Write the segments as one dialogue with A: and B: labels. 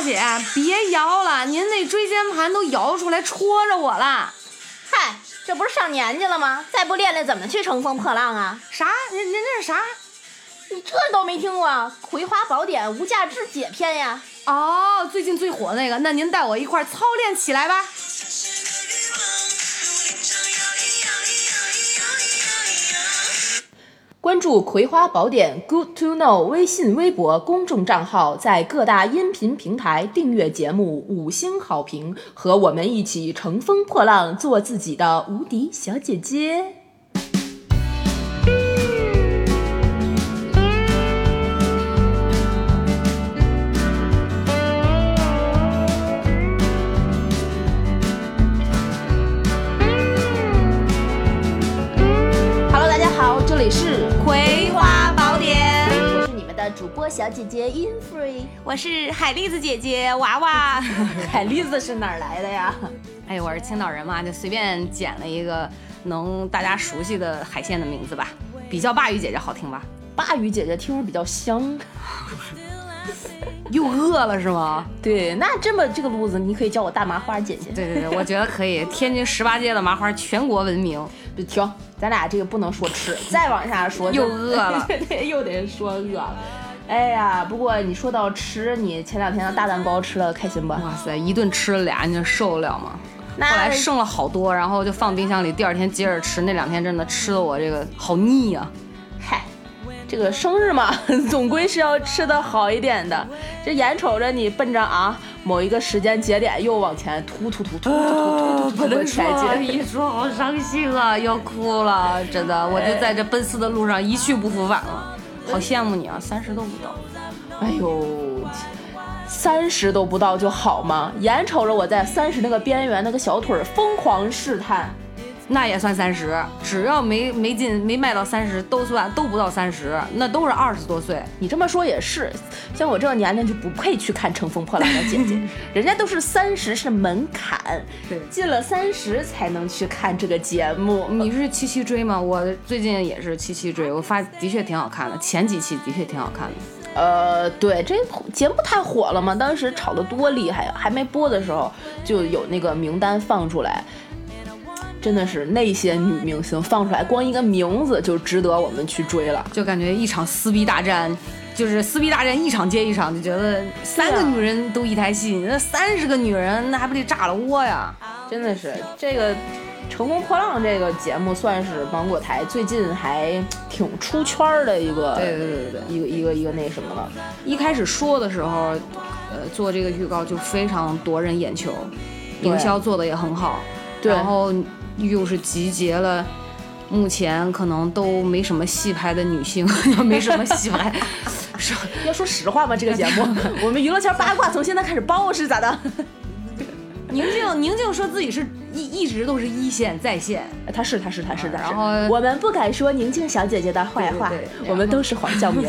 A: 姐，别摇了，您那椎间盘都摇出来戳着我了。
B: 嗨，这不是上年纪了吗？再不练练怎么去乘风破浪啊？
A: 啥？您这是啥？
B: 你这都没听过《葵花宝典》无价之解篇呀？
A: 哦，最近最火那个，那您带我一块操练起来吧。
B: 关注《葵花宝典》Good to Know 微信、微博公众账号，在各大音频平台订阅节目，5星好评，和我们一起乘风破浪，做自己的无敌小姐姐。这里是
A: 葵花宝典，
B: 我是你们的主播小姐姐 Infree，
A: 我是海蛎子姐姐娃娃。
B: 海蛎子是哪儿来的呀？
A: 哎，我是青岛人嘛，就随便捡了一个能大家熟悉的海鲜的名字吧，比较鲅鱼姐姐好听吧？
B: 鲅鱼姐姐听着比较香。
A: 又饿了是吗？
B: 对，那这么这个路子，你可以叫我大麻花姐姐。
A: 对，我觉得可以。天津18街的麻花全国闻名。
B: 停，咱俩这个不能说吃，再往下说
A: 又饿了。
B: 对，又得说饿了。哎呀，不过你说到吃，你前2天的大蛋糕吃了开心吧？
A: 哇塞，一顿吃了俩，你就受得了吗？后来剩了好多，然后就放冰箱里，第2天接着吃。那2天真的吃的我这个好腻啊。
B: 嗨。这个生日嘛，总归是要吃的好一点的。这眼瞅着你奔着某一个时间节点又往前突
A: 不能说，一说好伤心啊，要哭了，真的，我就在这奔四的路上一去不复返了。好羡慕你啊，30都不到。
B: 哎呦，30都不到就好吗？眼瞅着我在30那个边缘，那个小腿疯狂试探。
A: 那也算30，只要没迈到30，都不到30，那都是20多岁。
B: 你这么说也是，像我这个年龄就不配去看《乘风破浪的姐姐》，人家都是30是门槛，
A: 对，
B: 进了30才能去看这个节目。
A: 你是七追吗？我最近也是七追，我发的确挺好看的，前几期的确挺好看的。
B: 对，这节目太火了嘛，当时炒得多厉害呀！还没播的时候就有那个名单放出来。真的是那些女明星放出来，光一个名字就值得我们去追了，
A: 就感觉一场撕逼大战，就是撕逼大战一场接一场，就觉得3个女人都一台戏，那30个女人那还不得炸了窝呀！
B: 真的是这个《乘风破浪》这个节目算是芒果台最近还挺出圈的一个，
A: 对，
B: 一个那什么了。
A: 一开始说的时候，做这个预告就非常夺人眼球，营销做的也很好，然后又是集结了目前可能都没什么戏拍的女性，没什么戏拍。
B: 要说实话吧，这个节目我们娱乐圈八卦从现在开始包是咋的？
A: 宁静说自己是一直都是一线在线，
B: 她是。
A: 然后
B: 我们不敢说宁静小姐姐的坏话，
A: 对，
B: 我们都是黄晓明。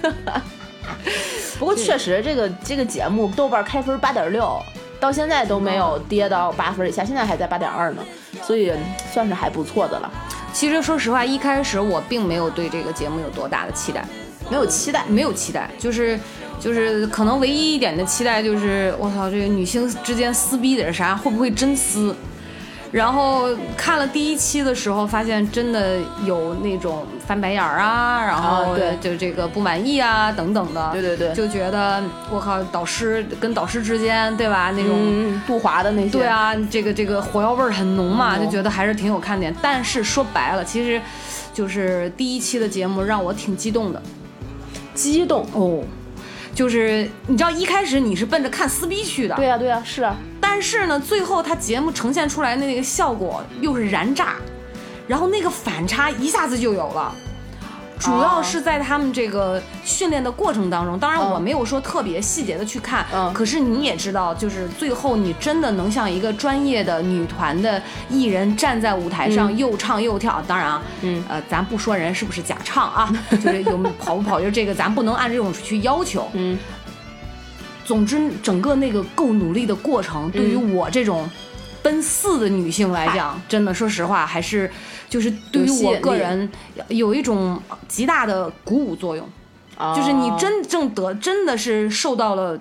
B: 不过确实这个节目豆瓣开分8.6。到现在都没有跌到8分以下，现在还在8.2呢，所以算是还不错的了。
A: 其实说实话，一开始我并没有对这个节目有多大的期待，没有期待，就是可能唯一一点的期待就是我操，这个女星之间撕逼的是啥？会不会真撕？然后看了第1期的时候，发现真的有那种翻白眼啊，然后就这个不满意啊等等的，
B: 对，
A: 就觉得我靠，导师跟导师之间，对吧？那种
B: 杜华的那些，
A: 对啊，这个火药味很浓嘛，就觉得还是挺有看点。但是说白了，其实就是第1期的节目让我挺激动的，
B: 激动哦。
A: 就是你知道一开始你是奔着看撕逼去的，
B: 对啊，是啊。
A: 但是呢，最后他节目呈现出来的那个效果又是燃炸，然后那个反差一下子就有了。主要是在他们这个训练的过程当中，当然我没有说特别细节的去看，可是你也知道，就是最后你真的能像一个专业的女团的艺人站在舞台上又唱又跳，当然啊，咱不说人是不是假唱啊，就是有跑不跑，就这个咱不能按这种去要求，总之整个那个够努力的过程，对于我这种奔4的女性来讲，真的说实话还是就是对于我个人有一种极大的鼓舞作用，就是你真的是受到了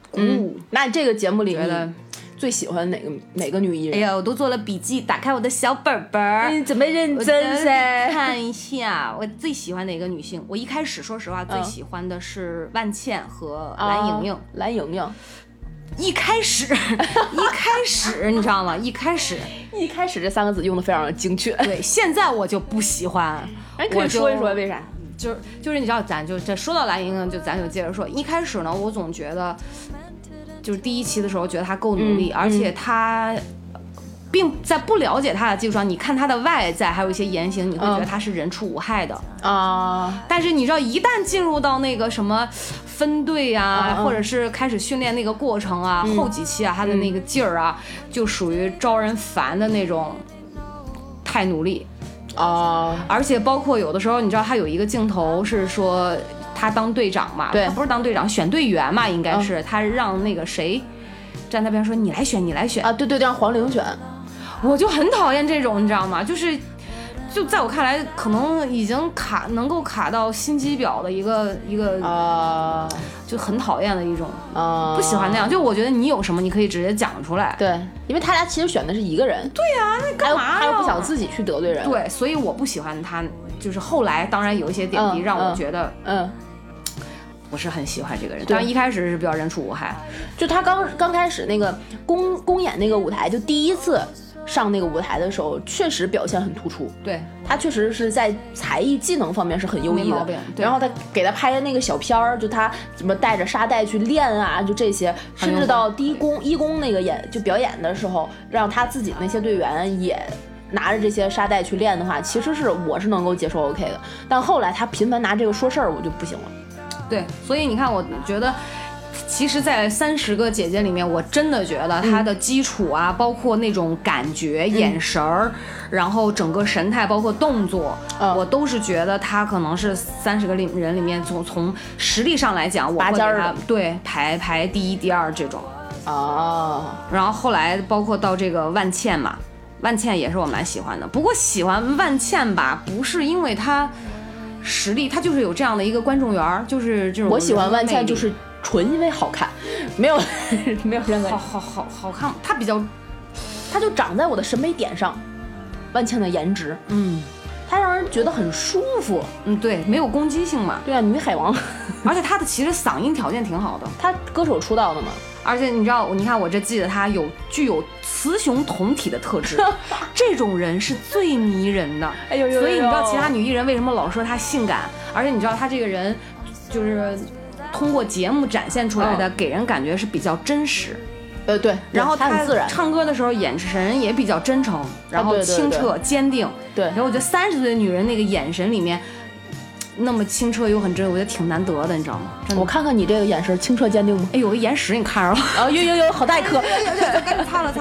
A: 鼓舞。
B: 那这个节目里
A: 觉得
B: 你最喜欢哪个女艺人？
A: 哎呀，我都做了笔记，打开我的小本本。
B: 你准备认真噻？
A: 看一下我最喜欢哪个女性。我一开始说实话，最喜欢的是万茜和蓝盈莹。
B: 蓝盈莹。
A: 一开始你知道吗？一开始
B: 这3个字用的非常的精确。
A: 对，现在我就不喜欢。
B: 可以说一说为啥？
A: 就是你知道，咱就这说到蓝盈莹，咱就接着说。一开始呢，我总觉得，就是第1期的时候觉得她够努力，而且她并在不了解她的基础上，你看她的外在还有一些言行，你会觉得她是人畜无害的
B: 啊。
A: 但是你知道，一旦进入到那个什么分队啊，或者是开始训练那个过程啊，后几期啊，她的那个劲儿啊，就属于招人烦的那种，太努力。而且包括有的时候，你知道他有一个镜头是说他当队长嘛，
B: 对，
A: 他不是当队长，选队员嘛，应该是他让那个谁站他边说你来选
B: 啊，对，让黄龄选。
A: 我就很讨厌这种，你知道吗？就在我看来，可能已经能够卡到心机婊的一个就很讨厌的一种不喜欢那样。就我觉得你有什么，你可以直接讲出来。
B: 对，因为他俩其实选的是一个人。
A: 对呀，那干嘛？
B: 他又不想自己去得罪人。
A: 对，所以我不喜欢他。就是后来，当然有一些点滴让我觉得，不是很喜欢这个人。当然一开始是比较人畜无害。
B: 就他刚开始那个公演那个舞台，就第一次上那个舞台的时候，确实表现很突出。
A: 对，
B: 他确实是在才艺技能方面是很优异的。然后他给他拍的那个小片儿，就他怎么带着沙袋去练啊，就这些，甚至到一公那个表演的时候，让他自己那些队员也拿着这些沙袋去练的话，其实我是能够接受 OK 的。但后来他频繁拿这个说事儿，我就不行了。
A: 对，所以你看，我觉得其实在30个姐姐里面，我真的觉得她的基础啊，包括那种感觉、眼神儿，然后整个神态，包括动作，我都是觉得她可能是30个人里面从实力上来讲，我会给她对排第1、第2这种。然后后来包括到这个万茜嘛，万茜也是我蛮喜欢的。不过喜欢万茜吧，不是因为她实力，她就是有这样的一个观众缘，就是这种。
B: 我喜欢万茜就是纯因为好看，没有任何
A: 好看，
B: 她就长在我的审美点上。万茜的颜值，她让人觉得很舒服，
A: 对，没有攻击性嘛。
B: 对啊，女海王，
A: 而且她的其实嗓音条件挺好的，
B: 她歌手出道的嘛。
A: 而且你知道，你看我这记得她具有雌雄同体的特质，这种人是最迷人的。
B: 哎呦，
A: 所以你知道其他女艺人为什么老说她性感？而且你知道她这个人就是通过节目展现出来的，给人感觉是比较真实。
B: 对，
A: 然后
B: 她很自然，
A: 唱歌的时候眼神也比较真诚，然后清澈坚定。
B: 对，
A: 然后我觉得30岁的女人那个眼神里面那么清澈又很真，我觉得挺难得的，你知道吗？
B: 我看看你这个眼神清澈坚定吗？
A: 哎，有个眼屎你看着了？
B: 有，好大一颗，
A: 赶紧擦了。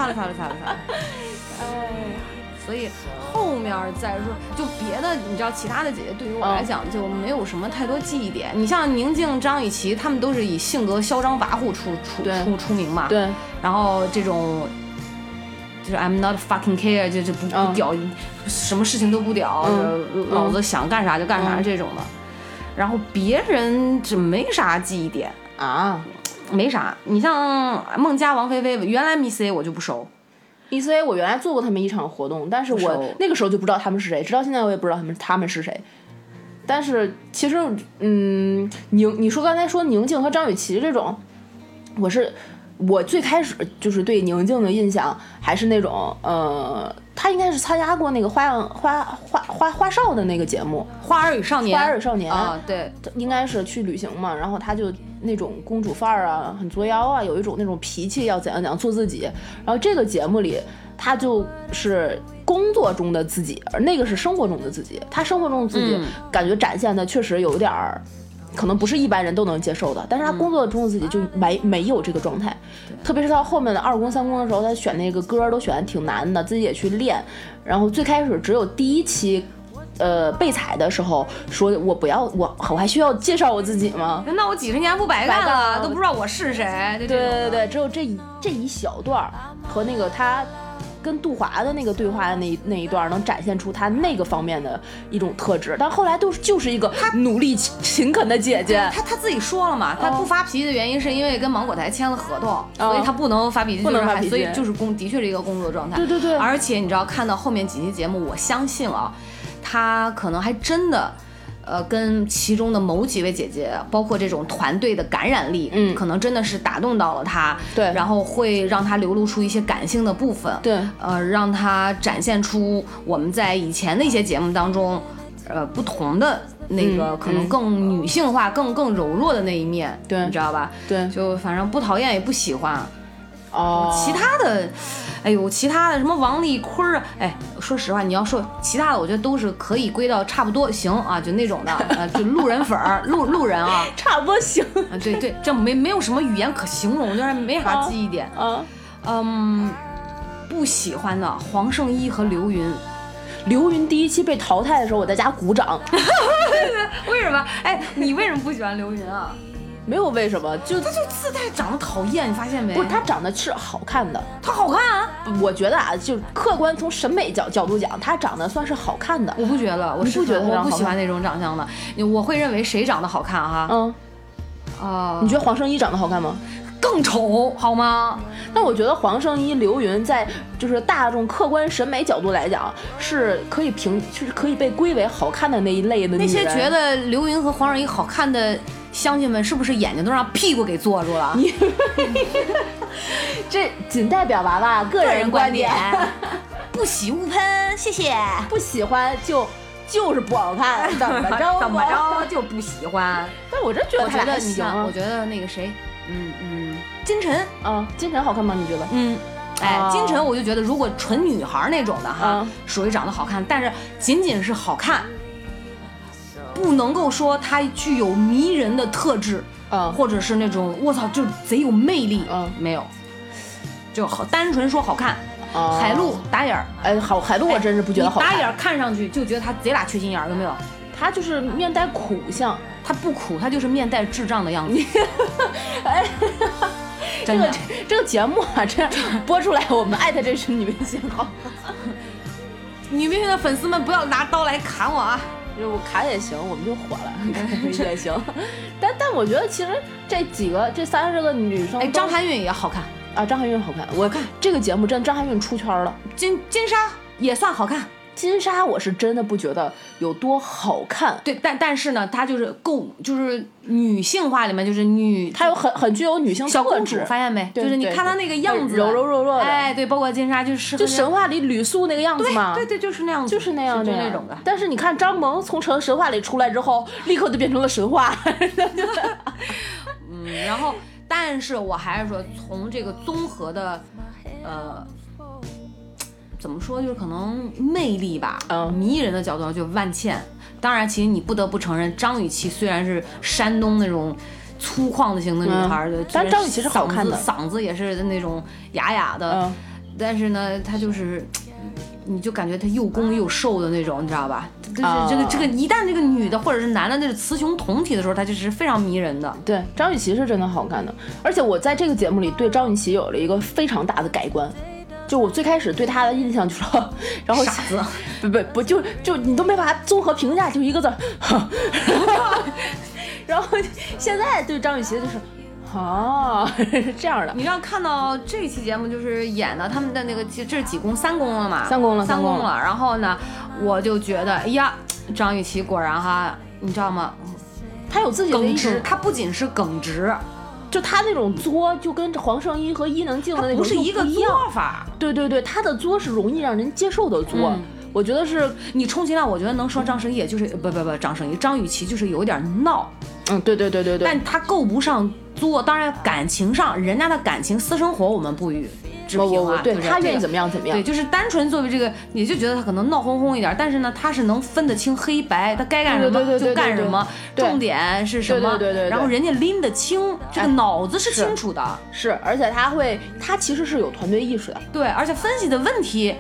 A: 所以后面再说，就别的，你知道，其他的姐姐对于我来讲就没有什么太多记忆点。你像宁静、张雨绮，她们都是以性格嚣张跋扈出名嘛。
B: 对。
A: 然后这种就是 I'm not fucking care， 就不屌，什么事情都不屌，老子想干啥就干啥这种的。然后别人这没啥记忆点
B: 啊，
A: 没啥。你像孟佳、王菲菲，原来 Miss A 我就不熟。
B: Miss A 我原来做过他们一场活动，但是我那个时候就不知道他们是谁，直到现在我也不知道他们是谁。但是其实你说刚才说宁静和张雨绮这种，我最开始就是对宁静的印象还是那种她应该是参加过那个花少的那个节目
A: 《花儿与少年》
B: 啊，对，应该是去旅行嘛，然后她就那种公主范儿啊，很作妖啊，有一种那种脾气要怎样做自己。然后这个节目里她就是工作中的自己，而那个是生活中的自己。她生活中的自己感觉展现的确实有点可能不是一般人都能接受的，但是他工作中的自己就没有这个状态，特别是到后面的2公3公的时候，他选那个歌都选的挺难的，自己也去练。然后最开始只有第1期备采的时候说我还需要介绍我自己吗？
A: 那我几十年不白干了，都不知道我是谁。
B: 对，只有这一小段和那个他跟杜华的那个对话的那一段能展现出她那个方面的一种特质，但后来就是一个努力勤恳的姐姐。
A: 她自己说了嘛，她不发脾气的原因是因为跟芒果台签了合同，所以她不能发脾气，
B: 不能发脾气，
A: 所以就是的确是一个工作状态。
B: 对对对，
A: 而且你知道看到后面几期节目，我相信啊，她可能还真的。跟其中的某几位姐姐，包括这种团队的感染力，可能真的是打动到了她，
B: 对，
A: 然后会让她流露出一些感性的部分，
B: 对，
A: 让她展现出我们在以前的一些节目当中，不同的那个可能更女性化、更柔弱的那一面，
B: 对，
A: 你知道吧？
B: 对，
A: 就反正不讨厌也不喜欢。
B: 其
A: 他的，哎呦，其他的什么王丽坤啊，哎，说实话，你要说其他的，我觉得都是可以归到差不多行啊，就那种的，就路人粉儿，路人啊，
B: 差不多行
A: 啊，对，这没有什么语言可形容，就是没啥记忆点。不喜欢的黄圣依和刘云。
B: 刘云第一期被淘汰的时候，我在家鼓掌。
A: 为什么？哎，你为什么不喜欢刘云啊？
B: 没有为什么，他
A: 就自带长得讨厌，你发现没？
B: 不是，他长得是好看的，
A: 他好看啊！
B: 我觉得啊，就客观从审美角度讲，他长得算是好看的。
A: 我不觉得，我
B: 不觉得
A: 我不喜欢那种长相的。我会认为谁长得好看哈？
B: 你觉得黄圣依长得好看吗？
A: 更丑好吗？
B: 那我觉得黄圣依、刘云在就是大众客观审美角度来讲，是可以就是可以被归为好看的那一类的女人。
A: 那些觉得刘云和黄圣依好看的乡亲们，是不是眼睛都让屁股给坐住了？
B: 这仅代表娃娃个人观点，
A: 不喜勿喷，谢谢。
B: 不喜欢就是不好看，怎么着
A: 就不喜欢。
B: 但我真觉得他俩还行。
A: 我觉得那个谁，金晨，
B: 金晨好看吗？你觉得？
A: 金晨我就觉得，如果纯女孩那种的哈，属于长得好看，但是仅仅是好看，不能够说她具有迷人的特质，或者是那种我操就贼有魅力，没有，就好单纯说好看。海陆打眼儿，
B: 海陆我真是不觉得好看。
A: 打眼看上去就觉得他贼拉缺心眼儿，有没有？
B: 他就是面带苦相，
A: 他不苦，他就是面带智障的样子。
B: 这个节目啊，这样播出来，我们艾特这群女明星好。
A: 女明星的粉丝们不要拿刀来砍我啊！
B: 我砍也行，我们就火了也行。但我觉得其实这30个女生，
A: 张含韵也好看
B: 啊，张含韵好看。我看这个节目真张含韵出圈了，
A: 金莎也算好看。
B: 金莎我是真的不觉得有多好看，
A: 对，但是呢，她就是就是女性化里面就是
B: 她有很具有女性
A: 小公主，发现没？就是你看她那个样子，
B: 柔弱的，
A: 哎，对，包括金莎就
B: 神话里吕素那个样子嘛，
A: 对，就是那样子，
B: 就是那样
A: 就那种的。
B: 但是你看张萌从神话里出来之后，立刻就变成了神话。
A: 然后，但是我还是说从这个综合的，怎么说，就是可能魅力吧，迷人的角度就万茜。当然，其实你不得不承认，张雨绮虽然是山东那种粗犷型的女孩的，
B: 但张雨绮是好看的，
A: 嗓子也是那种哑哑的，但是呢，她就是，你就感觉她又攻又受的那种，你知道吧？就是这个一旦这个女的或者是男的那种雌雄同体的时候，她就是非常迷人的。
B: 对，张雨绮是真的好看的，而且我在这个节目里对张雨绮有了一个非常大的改观。就我最开始对她的印象就是，然后
A: 傻子，
B: 不就你都没法综合评价，就一个字，然后现在对张雨绮就是是这样的。
A: 你要看到这期节目就是演的他们的那个，这是几公3公了嘛
B: ？3公
A: 了。然后呢，我就觉得，哎呀，张雨绮果然哈，你知道吗？
B: 她有自己的
A: 耿直，她不仅是耿直。
B: 就他那种作，就跟黄圣依和伊能静的那种
A: 不是一个作法。
B: 对，他的作是容易让人接受的作。我觉得是
A: 你充其量，我觉得能说张圣依，也就是张雨绮就是有点闹。
B: 对。
A: 但他够不上作。当然，感情上人家的感情私生活我们不予置评啊。
B: 对，他愿意怎么样。
A: 对，就是单纯作为这个，你就觉得他可能闹哄哄一点，但是呢，他是能分得清黑白，他该干什么就干什么，重点是什么，
B: 对。
A: 然后人家拎得清，这个脑子是清楚的，
B: 是，而且他其实是有团队意识的，
A: 对，而且分析的问题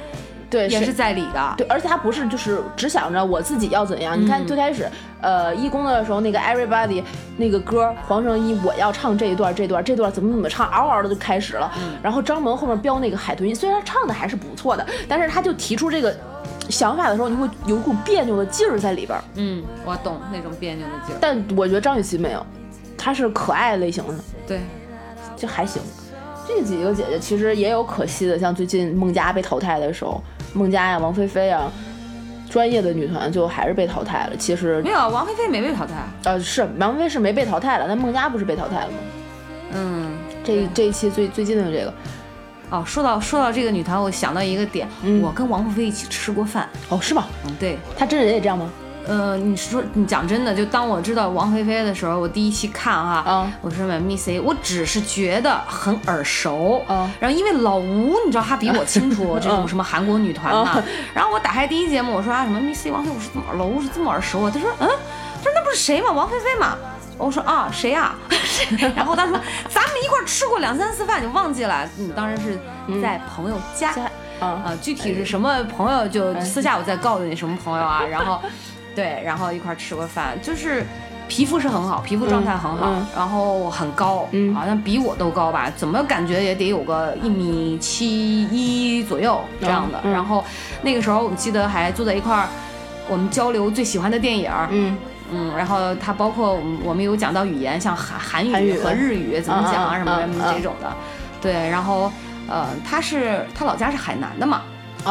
B: 对
A: 也是在理的。
B: 对，而且他不是就是只想着我自己要怎样。你看最开始义工的时候，那个 Everybody 那个歌，黄圣依我要唱这一段怎么唱，嗷嗷的就开始了。然后张萌后面飙那个海豚音，虽然唱的还是不错的，但是他就提出这个想法的时候，你会有一股别扭的劲儿在里边。
A: 我懂那种别扭的劲儿。
B: 但我觉得张雨绮没有，她是可爱类型的。
A: 对，
B: 就还行。这几个姐姐其实也有可惜的，像最近孟佳被淘汰的时候，孟佳呀、王菲菲呀，专业的女团就还是被淘汰了。其实
A: 没有，王菲菲没被淘汰。
B: 是王菲菲是没被淘汰了，但孟佳不是被淘汰了吗？这一期最近的这个。
A: 说到这个女团，我想到一个点，我跟王菲菲一起吃过饭。
B: 是吗？
A: 对，
B: 她真人也这样吗？
A: 你讲真的，就当我知道王菲菲的时候，我第一期看哈，我说 Miss A， 我只是觉得很耳熟，然后因为老吴你知道他比我清楚这种什么韩国女团嘛，然后我打开第一节目，我说什么 Miss A 王菲，我说怎么老吴是这么耳熟啊？他说那不是谁吗？王菲菲嘛。我说谁呀？然后他说咱们一块吃过2、3次饭，就忘记了。当然是在朋友家具体是什么朋友就私下我再告诉你什么朋友啊。然后对，然后一块吃过饭，就是皮肤是很好，皮肤状态很好，然后很高，好像比我都高吧，怎么感觉也得有个1.71米左右这样的。然后那个时候我们记得还坐在一块儿，我们交流最喜欢的电影。然后它包括我们有讲到语言，像韩语和日语怎么讲啊什么这种的。对，然后他老家是海南的嘛。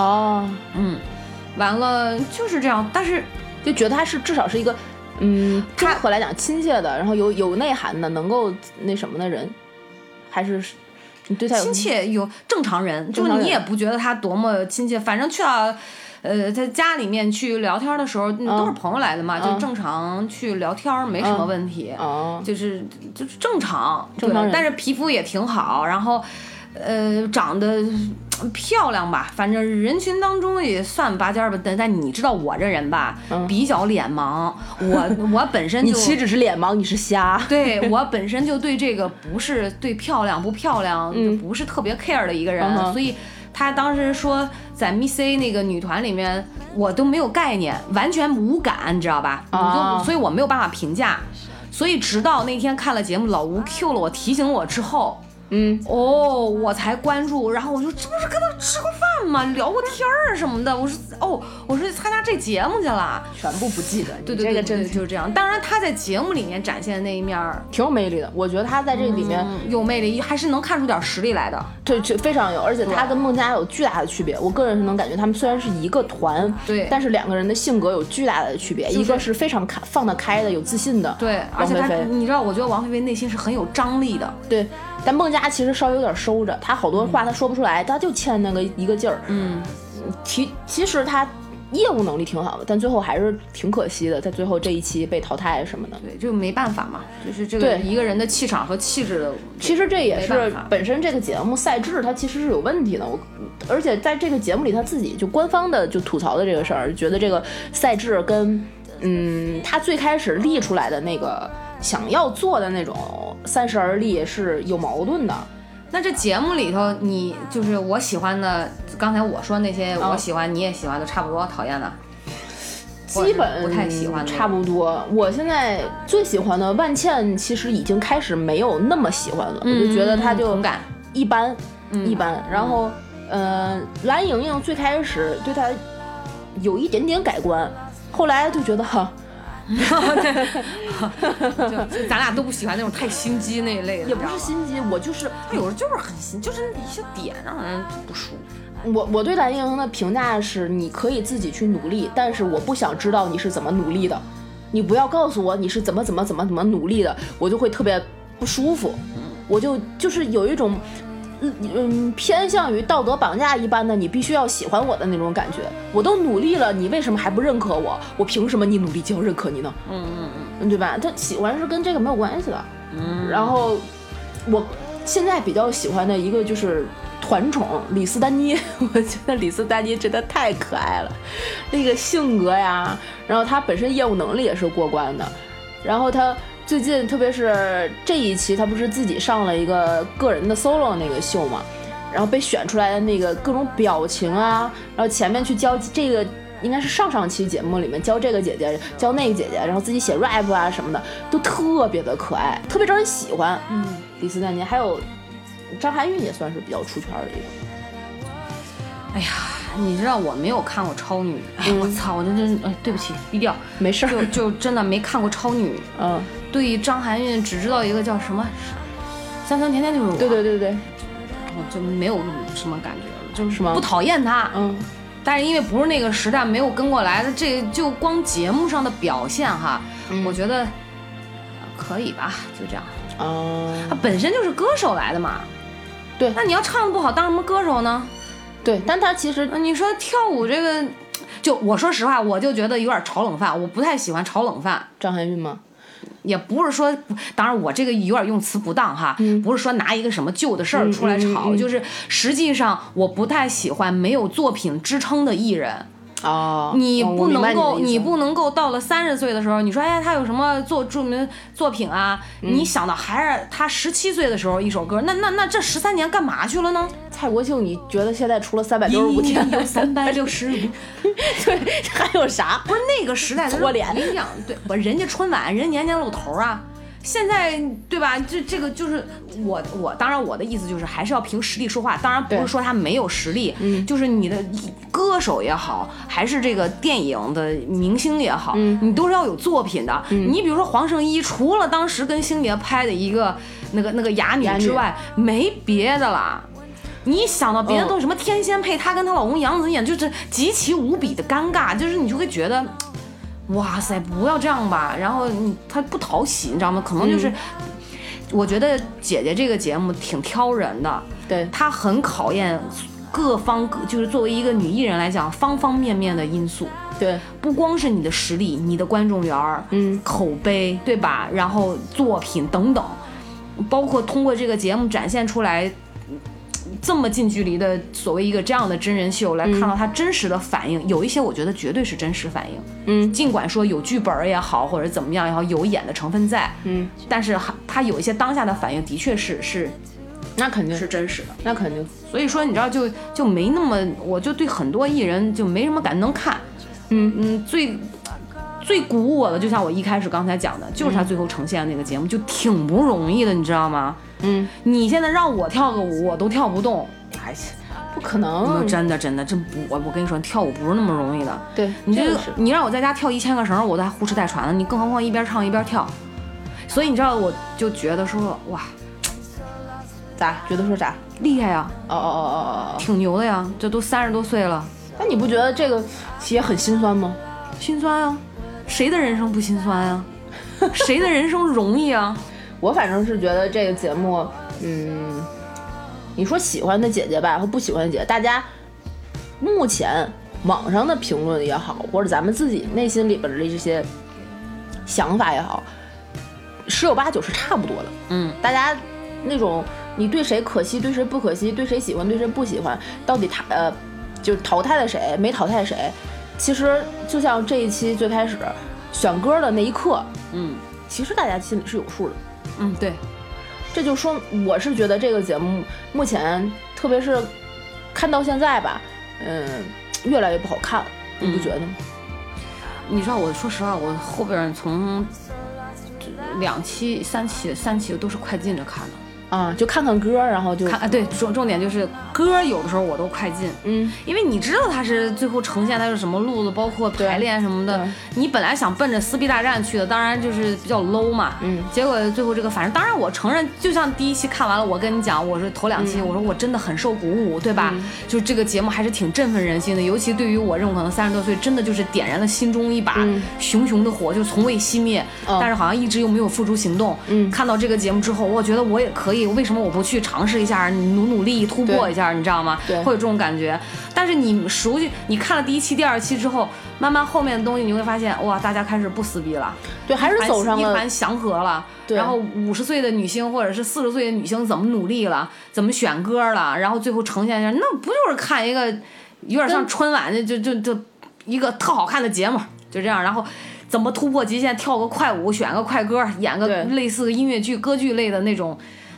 A: 完了就是这样，但是
B: 就觉得他是至少是一个综合来讲亲切的，然后有内涵的，能够那什么的人，还是你对他有
A: 亲切有正常人，就是你也不觉得他多么亲切，反正去到在家里面去聊天的时候，都是朋友来的嘛，就正常去聊天没什么问题，就是正常人，但是皮肤也挺好，然后长得漂亮吧，反正人群当中也算拔尖吧。但你知道我这人吧，比较脸盲，我本身就
B: 你岂止是脸盲，你是瞎。
A: 对，我本身就对这个不是对漂亮不漂亮，就不是特别 care 的一个人，所以他当时说在 Miss A 那个女团里面，我都没有概念，完全无感，你知道吧？所以我没有办法评价。所以直到那天看了节目，老吴 Q 了我，提醒我之后。我才关注，然后我说这不是跟他吃过饭吗？聊过天儿什么的。我说参加这节目去了，
B: 全部不记得。
A: 对，这个真的就是这样。当然他在节目里面展现的那一面
B: 挺有魅力的，我觉得他在这里面
A: 有魅力，还是能看出点实力来的。
B: 对，非常有，而且他跟孟佳有巨大的区别。我个人是能感觉他们虽然是一个团，
A: 对，
B: 但是两个人的性格有巨大的区别。一个是非常放得开的、有自信的，
A: 对，而且你知道，我觉得王菲菲内心是很有张力的，
B: 对。但孟佳其实稍微有点收着，她好多话她说不出来，她就欠那个一个劲儿。其实她业务能力挺好的，但最后还是挺可惜的，在最后这一期被淘汰什么的。
A: 对，就没办法嘛，就是这个一个人的气场和气质的。
B: 其实这也是本身这个节目赛制它其实是有问题的，而且在这个节目里他自己就官方的就吐槽的这个事儿，觉得这个赛制跟他最开始立出来的那个想要做的那种30而立是有矛盾的。
A: 那这节目里头，你就是我喜欢的，刚才我说那些我喜欢你也喜欢的差不多，讨厌的
B: 基本
A: 不太喜欢的
B: 差不多。我现在最喜欢的万茜其实已经开始没有那么喜欢了，我就觉得她就一般一般。然后蓝盈莹最开始对她有一点点改观，后来就觉得
A: 就咱俩都不喜欢那种太心机那一类的，
B: 也不是心机，我就是
A: 有时候就是很心，就是一些点让人不舒服。
B: 我对蓝盈莹的评价是，你可以自己去努力，但是我不想知道你是怎么努力的，你不要告诉我你是怎么努力的，我就会特别不舒服。我就是有一种偏向于道德绑架一般的，你必须要喜欢我的那种感觉。我都努力了，你为什么还不认可我？我凭什么你努力就要认可你呢？对吧？他喜欢是跟这个没有关系的。然后我现在比较喜欢的一个就是团宠李斯丹妮，我觉得李斯丹妮真的太可爱了，那个性格呀，然后他本身业务能力也是过关的，然后他最近特别是这一期他不是自己上了一个个人的 solo 那个秀嘛， 然后被选出来的那个各种表情啊，然后前面去教这个应该是上期节目里面教这个姐姐教那个姐姐，然后自己写 rap 啊什么的，都特别的可爱，特别招人喜欢。李斯丹妮还有张含韵也算是比较出圈的一个。
A: 哎呀，你知道我没有看过超女，哎，我操，我真对不起，低调，
B: 没事儿，
A: 就真的没看过超女。对张含韵只知道一个叫什么酸酸甜甜就是我，
B: 对，
A: 我就没有什么感觉了，就是
B: 吗？
A: 不讨厌她，但是因为不是那个时代，没有跟过来的，这就光节目上的表现哈，我觉得可以吧，就这样。他本身就是歌手来的嘛，
B: 对，
A: 那你要唱的不好，当什么歌手呢？
B: 对，但他其实
A: 你说跳舞这个，就我说实话，我就觉得有点炒冷饭，我不太喜欢炒冷饭。
B: 张含韵吗？
A: 也不是说，当然我这个有点用词不当哈，不是说拿一个什么旧的事儿出来炒，就是实际上我不太喜欢没有作品支撑的艺人。你不能够到了30岁的时候，你说哎他有什么著名作品啊？你想到还是他17岁的时候一首歌，那这13年干嘛去了呢？
B: 蔡国庆，你觉得现在除了365天，
A: 有365，
B: 对，还有啥？
A: 不是那个时代
B: 搓脸
A: 一样，对，人家春晚人年年露头啊。现在对吧？这个就是我当然我的意思就是还是要凭实力说话。当然不是说他没有实力，就是你的歌手也好，还是这个电影的明星也好，你都是要有作品的。你比如说黄圣依，除了当时跟星爷拍的一个那个哑女之外，没别的了。你想到别的都是什么天仙配，她跟她老公杨紫演，就是极其无比的尴尬，就是你就会觉得。哇塞，不要这样吧！然后他不讨喜，你知道吗？可能就是，我觉得姐姐这个节目挺挑人的，
B: 对，
A: 她很考验就是作为一个女艺人来讲，方方面面的因素。
B: 对，
A: 不光是你的实力、你的观众缘、口碑，对吧？然后作品等等，包括通过这个节目展现出来。这么近距离的所谓一个这样的真人秀来看到他真实的反应，有一些我觉得绝对是真实反应。尽管说有剧本也好，或者怎么样也好，有演的成分在，但是他有一些当下的反应的确是，
B: 那肯定
A: 是真实的，
B: 那肯定。
A: 所以说你知道就没那么，我就对很多艺人就没什么感能看。最鼓舞我的，就像我一开始刚才讲的，就是他最后呈现的那个节目，就挺不容易的，你知道吗？你现在让我跳个舞，我都跳不动，哎，
B: 不可能，
A: 真的，我跟你说，跳舞不是那么容易的。
B: 对，
A: 你让我在家跳1000个绳，我都还呼哧带喘的，你更何况一边唱一边跳。所以你知道，我就觉得说，哇，
B: 咋觉得说啥
A: 厉害呀？
B: 挺
A: 牛的呀，这都30多岁了。
B: 那你不觉得这个也很心酸吗？
A: 心酸啊，谁的人生不心酸啊？谁的人生容易啊？
B: 我反正是觉得这个节目，你说喜欢的姐姐吧和不喜欢的姐姐，大家目前网上的评论也好，或者咱们自己内心里边的这些想法也好，10有8九是差不多的。大家那种你对谁可惜，对谁不可惜，对谁喜欢，对谁不喜欢，到底就是淘汰了谁，没淘汰谁，其实就像这一期最开始选歌的那一刻，其实大家心里是有数的。
A: 对，
B: 这就说我是觉得这个节目目前特别是看到现在吧，越来越不好看了，你不觉得吗？
A: 你知道，我说实话，我后边从2期、3期都是快进着看的。
B: 就看看歌，然后就
A: 看对，重点就是歌，有的时候我都快进，因为你知道它是最后呈现它是什么路子，包括排练什么的，你本来想奔着撕逼大战去的，当然就是比较 low 嘛，结果最后这个反正当然我承认，就像第1期看完了，我跟你讲，我是头2期，我说我真的很受鼓舞，对吧？就这个节目还是挺振奋人心的，尤其对于我这种可能30多岁，真的就是点燃了心中一把熊熊的火，就从未熄灭，但是好像一直又没有付诸行动。看到这个节目之后，我觉得我也可以。为什么我不去尝试一下，努力突破一下，你知道吗？会有这种感觉。但是你熟悉，你看了第1期、第2期之后，慢慢后面的东西你会发现，哇，大家开始不撕逼了，
B: 对，还是走上了
A: 一盘祥和了。然后50岁的女星或者是40岁的女星怎么努力了，怎么选歌了，然后最后呈现一下，那不就是看一个有点像春晚的，就一个特好看的节目，就这样，然后。怎么突破极限，跳个快舞，选个快歌，演个类似音乐剧、歌剧类的那种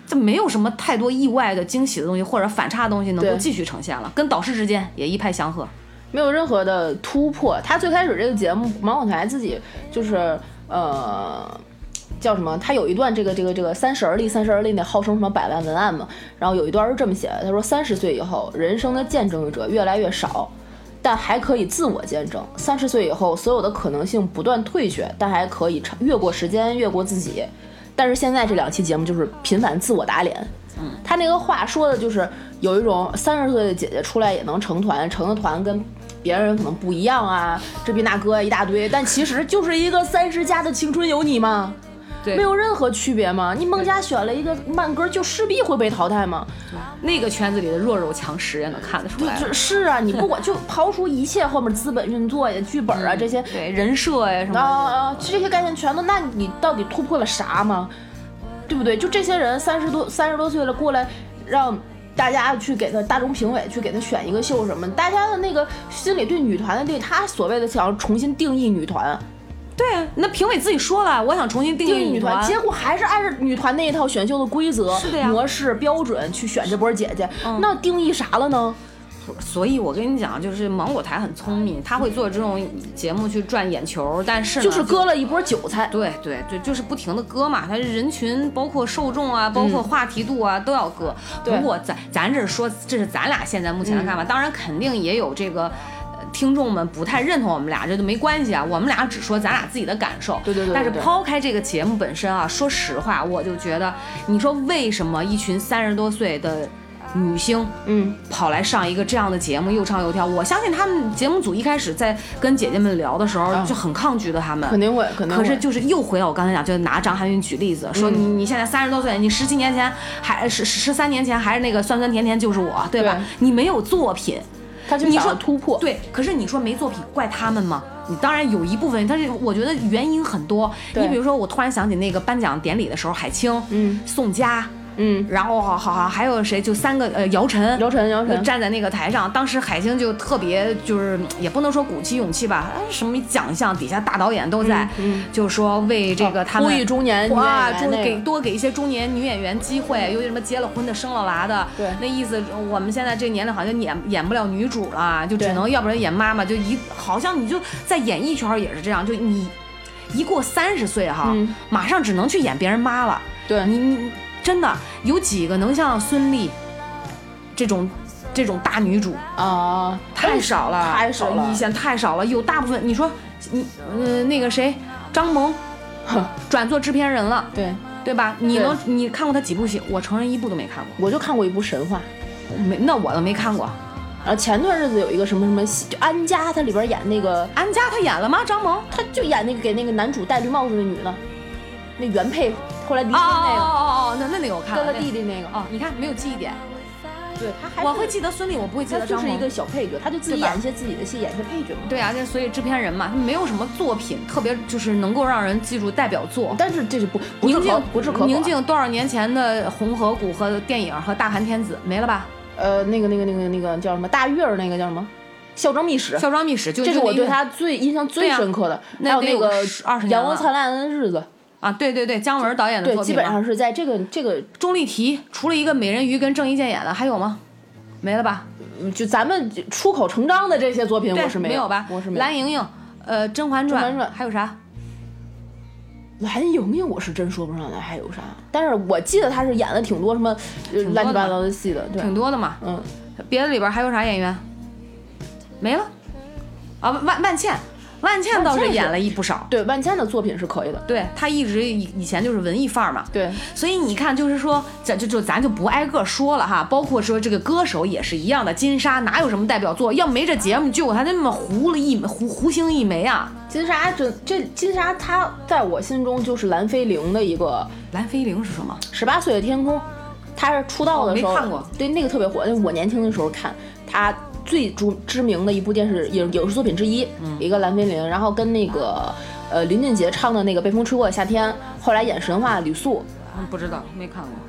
A: 就没有什么太多意外的惊喜的东西或者反差的东西能够继续呈现了，跟导师之间也一拍相合，
B: 没有任何的突破。他最开始这个节目，芒果台自己就是叫什么？他有一段这个30而立那号称什么100万文案嘛，然后有一段是这么写的，他说30岁以后，人生的见证者越来越少，但还可以自我见证。30岁以后，所有的可能性不断退却，但还可以越过时间，越过自己。但是现在这2期节目就是频繁自我打脸。他那个话说的就是有一种30岁的姐姐出来也能成团，成的团跟别人可能不一样啊，这比那哥一大堆，但其实就是一个30加的青春有你吗？
A: 对，
B: 没有任何区别吗？你孟佳选了一个慢歌，就势必会被淘汰吗？
A: 那个圈子里的弱肉强食也能看得出来。
B: 是啊，你不管就刨除一切后面资本运作呀、剧本啊这些，
A: 对人设呀什么的
B: 这些概念全都，那你到底突破了啥吗？对不对？就这些人30多岁了过来，让大家去给他大众评委去给他选一个秀什么，大家的那个心里对女团的对他所谓的想要重新定义女团。
A: 对啊，那评委自己说了，我想重新定义女团，
B: 结果还是按照女团那一套选秀的规则、模式、标准去选这波姐姐，那定义啥了呢？
A: 所以我跟你讲，就是芒果台很聪明，他会做这种节目去赚眼球，但是
B: 就是割了一波韭菜。
A: 对，就是不停的割嘛，他人群包括受众啊，包括话题度啊、都要割。不过咱这是说，这是咱俩现在目前的看法，当然肯定也有这个。听众们不太认同我们俩，这都没关系啊。我们俩只说咱俩自己的感受。
B: 对。
A: 但是抛开这个节目本身啊，说实话，我就觉得，你说为什么一群30多岁的女星，跑来上一个这样的节目，又唱又跳？我相信他们节目组一开始在跟姐姐们聊的时候就很抗拒的，他们
B: 肯定会。
A: 可是就是又回到我刚才讲，就拿张含韵举例子，说你现在30多岁，你17年前还是13年前还是那个酸酸甜甜就是我，对吧？你没有作品。
B: 他就想要突破，
A: 对，可是你说没作品，怪他们吗？你当然有一部分，但是我觉得原因很多。你比如说，我突然想起那个颁奖典礼的时候，海清、宋佳。然后好还有谁？就3个姚晨站在那个台上，当时海清就特别就是也不能说鼓起勇气吧，什么奖项底下大导演都在，就说为这个他们
B: 呼吁中年女演
A: 员，多给一些中年女演员机会，尤其什么结了婚的、生了娃的，
B: 对，
A: 那意思我们现在这年龄好像演不了女主了，就只能要不然演妈妈，就好像你就在演艺圈也是这样，就你一过30岁哈，马上只能去演别人妈了，
B: 对
A: 你。真的有几个能像孙俪这种大女主
B: 啊？
A: 太少了，一线太少了。有大部分你说那个谁张萌转做制片人了，对吧？你看过他几部戏？我承认1部都没看过，
B: 我就看过一部《神话》，
A: 那我都没看过。
B: 然后前段日子有一个什么就安家，她里边演那个
A: 安家，她演了吗？张萌，
B: 她就演那个给那个男主戴绿帽子的女的，那原配。后来离婚那个
A: 那个我看了，
B: 跟他弟弟那个
A: 你看没有记忆点。
B: 对，他还
A: 我会记得孙俪，我不会记得张萌。
B: 就是一个小配角，他就自己演一些自己的戏，演一些配角嘛。
A: 对啊，所以制片人嘛，他没有什么作品特别就是能够让人记住代表作。
B: 但是这是不置可否。
A: 宁静多少年前的《红河谷》和电影和《大韩天子》没了吧？
B: 那个叫什么大月儿，那个叫什么？孝庄秘史。
A: 孝庄秘史就
B: 这是我对他印象最深刻的。还有那个
A: 20年
B: 阳光灿烂的日子。
A: 啊，对，姜文导演的作品，
B: 对，基本上是在这个
A: 钟丽缇，除了一个美人鱼跟郑伊健演的，还有吗？没了吧？
B: 就咱们出口成章的这些作品，我是
A: 没有吧？
B: 我是没有。
A: 蓝盈莹，甄嬛传，还有啥？
B: 蓝盈莹我是真说不上来还有啥，但是我记得她是演了挺多什么乱七八糟的戏的，对，
A: 挺多的嘛。别的里边还有啥演员？没了。啊，万茜倒是演了不少，
B: 对，万茜的作品是可以的，
A: 对，她一直以前就是文艺范儿嘛，
B: 对，所
A: 以你看，就是说，咱就不挨个说了哈，包括说这个歌手也是一样的，金莎哪有什么代表作？要没这节目，就他那么糊星一枚啊！
B: 金莎金莎她在我心中就是蓝菲玲的一个。
A: 蓝菲玲是什么
B: ？18岁的天空，她是出道的时候，
A: 没看过，
B: 对，那个特别火，我年轻的时候看她。最知名的一部电视影视作品之一，一个蓝菲玲，然后跟那个林俊杰唱的那个《被风吹过的夏天》，后来演神话吕素，
A: 不知道没看过。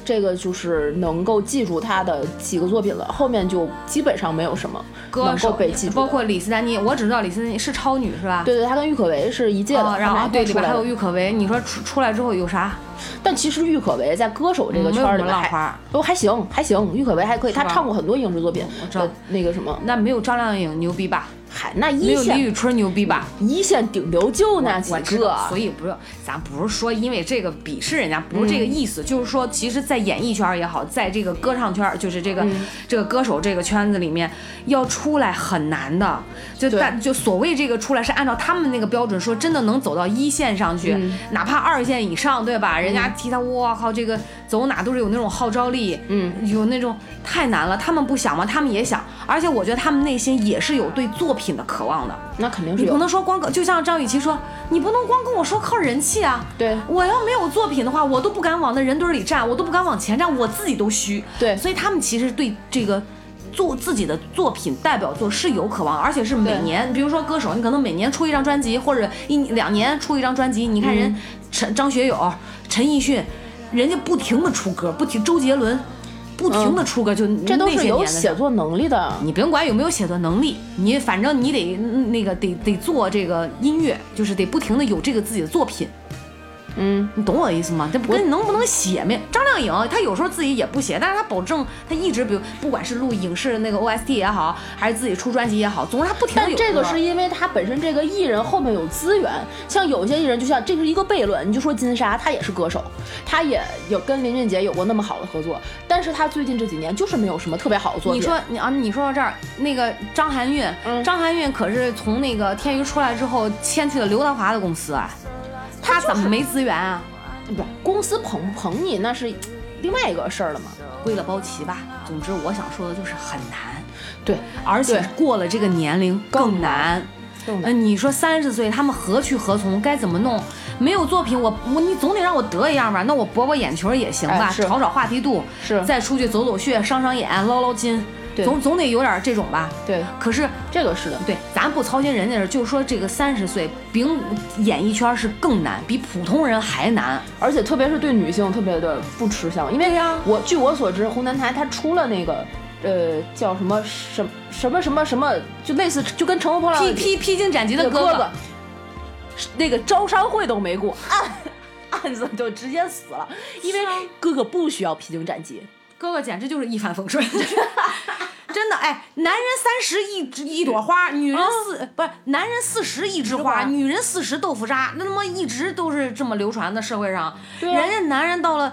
B: 这个就是能够记住他的几个作品了，后面就基本上没有什么能够被记住，
A: 包括李斯丹妮，我只知道李斯丹妮是超女是吧？
B: 对对，她跟郁可唯是一届的，
A: 然后对里边还有
B: 郁，
A: 郁可唯，你说出来之后有啥？
B: 但其实郁可唯在歌手这个圈里面还行，郁可唯还可以，她唱过很多影视作品，
A: 我知道
B: 那个什么，
A: 那没有张靓颖牛逼吧？
B: 嗨，那
A: 没有李宇春牛逼吧？
B: 一线顶流就那几个，
A: 所以不是，咱不是说因为这个鄙视人家，不是这个意思，就是说，其实，在演艺圈也好，在这个歌唱圈，就是这个歌手这个圈子里面，要出来很难的。就所谓这个出来是按照他们那个标准说，真的能走到一线上去，哪怕2线以上，对吧？人家提他，我靠，这个走哪都是有那种号召力，有那种太难了。他们不想吗？他们也想，而且我觉得他们内心也是有对作品的渴望的。
B: 那肯定是
A: 你不能说光就像张雨绮说，你不能光跟我说靠人气啊。
B: 对，
A: 我要没有作品的话，我都不敢往那人堆里站，我都不敢往前站，我自己都虚。
B: 对，
A: 所以他们其实对这个做自己的作品代表作是有渴望，而且是每年，比如说歌手，你可能每年出一张专辑，或者1-2年出一张专辑。你看人张学友、陈奕迅，人家不停的出歌，周杰伦。不停的出歌，就
B: 这都是有写作能力的。
A: 你不用管有没有写作能力，你反正你得做这个音乐，就是得不停的有这个自己的作品。你懂我的意思吗？这跟你能不能写没？张靓颖她有时候自己也不写，但是她保证她一直，不管是录影视那个 OST 也好，还是自己出专辑也好，总之她不停的有。
B: 但这个是因为她本身这个艺人后面有资源，像有些艺人，就像这是一个悖论。你就说金莎，她也是歌手，她也有跟林俊杰有过那么好的合作，但是她最近这几年就是没有什么特别好的作品。
A: 你说到这儿，那个张含韵，张含韵可是从那个天娱出来之后签去了刘德华的公司啊。他怎么没资源啊？
B: 不是公司捧不捧你那是另外一个事儿了嘛，
A: 归了包齐吧。总之我想说的就是很难，
B: 对，
A: 而且过了这个年龄更难。你说30岁他们何去何从？该怎么弄？没有作品，你总得让我得一样吧？那我博眼球也行吧，炒话题度，
B: 是再
A: 出去走穴、伤眼、捞金。总得有点这种吧，
B: 对。
A: 可是
B: 这个是的，
A: 对，咱不操心人家，就是说这个30岁，比演艺圈是更难，比普通人还难，
B: 而且特别是对女性特别的不吃香，因为据我所知，湖南台它出了那个叫什么，就类似就跟乘风破浪
A: 披荆斩棘的哥哥，
B: 那个招商会都没过，案子就直接死了，因为哥哥不需要披荆斩棘。
A: 哥哥简直就是一帆风顺，真的哎！男人30一朵花，女人男人40一枝花，女人40豆腐渣，那他妈一直都是这么流传的社会上。
B: 对
A: 人家男人到了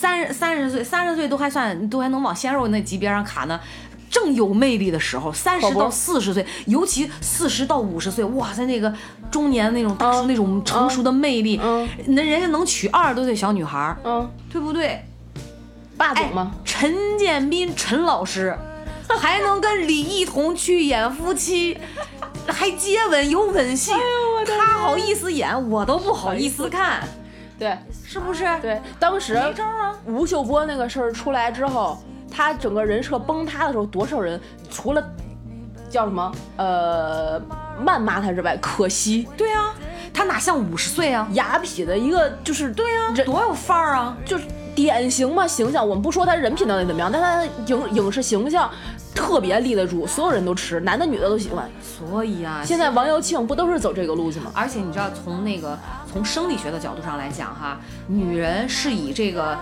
A: 30岁都还能往鲜肉那级别上卡呢。正有魅力的时候，30到40岁，尤其40到50岁，哇塞，那个中年那种大叔那种成熟的魅力，那人家能娶20多岁小女孩，对不对？
B: 霸总吗？
A: 陈建斌陈老师还能跟李一桐去演夫妻，还接吻有吻戏，他好意思演，我都不好意思看。
B: 对，
A: 是不是？
B: 对，当时
A: 没招啊。
B: 吴秀波那个事儿出来之后，他整个人设崩塌的时候，多少人除了叫什么谩骂他之外，可惜。
A: 对啊，他哪像50岁啊？
B: 雅痞的一个就是
A: 对啊，多有范儿啊，
B: 就是。典型嘛形象，我们不说他人品到底怎么样，但他影视形象特别立得住，所有人都吃，男的女的都喜欢。
A: 所以啊，
B: 现在王瑶庆不都是走这个路子吗？
A: 而且你知道，从生理学的角度上来讲哈，女人是以这个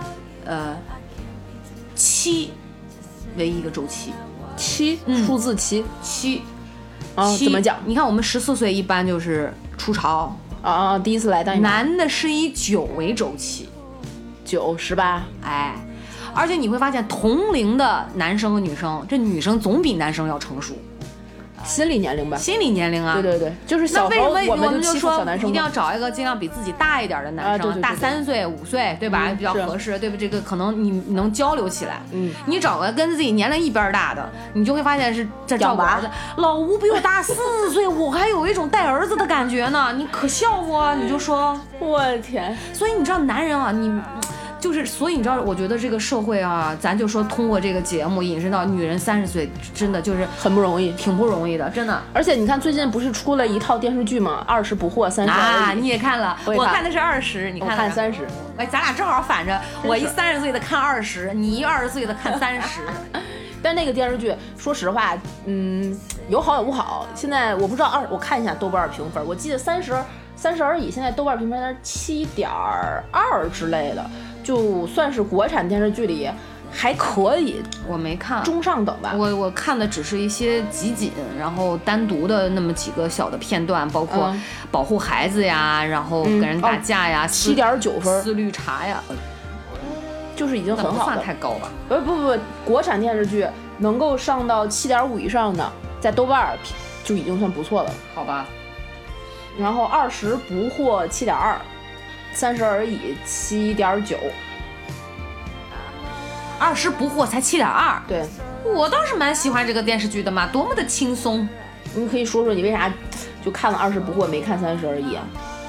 A: 7为一个周期
B: ，7数字7怎么讲？
A: 你看我们14岁一般就是初潮
B: 第一次来当
A: 男的是以9为周期。
B: 9、18，
A: 哎，而且你会发现同龄的男生和女生，这女生总比男生要成熟，
B: 心理年龄吧，
A: 心理年龄啊，
B: 对，就是小时候我们
A: 就说
B: 一
A: 定要找一个尽量比自己大一点的男生，大3岁5岁，对吧？比较合适，对吧？这个可能你能交流起来。你找个跟自己年龄一边大的，你就会发现是这照顾儿子。老吴比我大4岁，我还有一种带儿子的感觉呢，你可笑不？你就说，
B: 我的天！
A: 所以你知道男人啊， 就是所以你知道，我觉得这个社会啊，咱就说通过这个节目引申到女人30岁，真的就是
B: 很不容易，
A: 挺不容易的，真的。
B: 而且你看最近不是出了一套电视剧吗？20不惑30而已。
A: 你也看了？我看的是20，你看
B: 我看30。
A: 哎，咱俩正好反着，我一30岁的看20，你一20岁的看30。
B: 但那个电视剧，说实话，有好有不好。现在我不知道我看一下豆瓣评分，我记得30而已，现在豆瓣评分7.2之类的，就算是国产电视剧里还可以。
A: 我没看，
B: 中上等吧。
A: 我看的只是一些集锦，然后单独的那么几个小的片段，包括保护孩子呀，然后跟人打架呀
B: ，7.9分，
A: 撕绿茶呀。
B: 就是已经很好了，
A: 不算太高吧？
B: 不，国产电视剧能够上到7.5以上的，在豆瓣就已经算不错了，
A: 好吧？
B: 然后20不惑7.2，30而已7.9，20
A: 不惑才7.2。
B: 对，
A: 我倒是蛮喜欢这个电视剧的嘛，多么的轻松。
B: 你可以说说你为啥就看了20不惑没看30而已啊？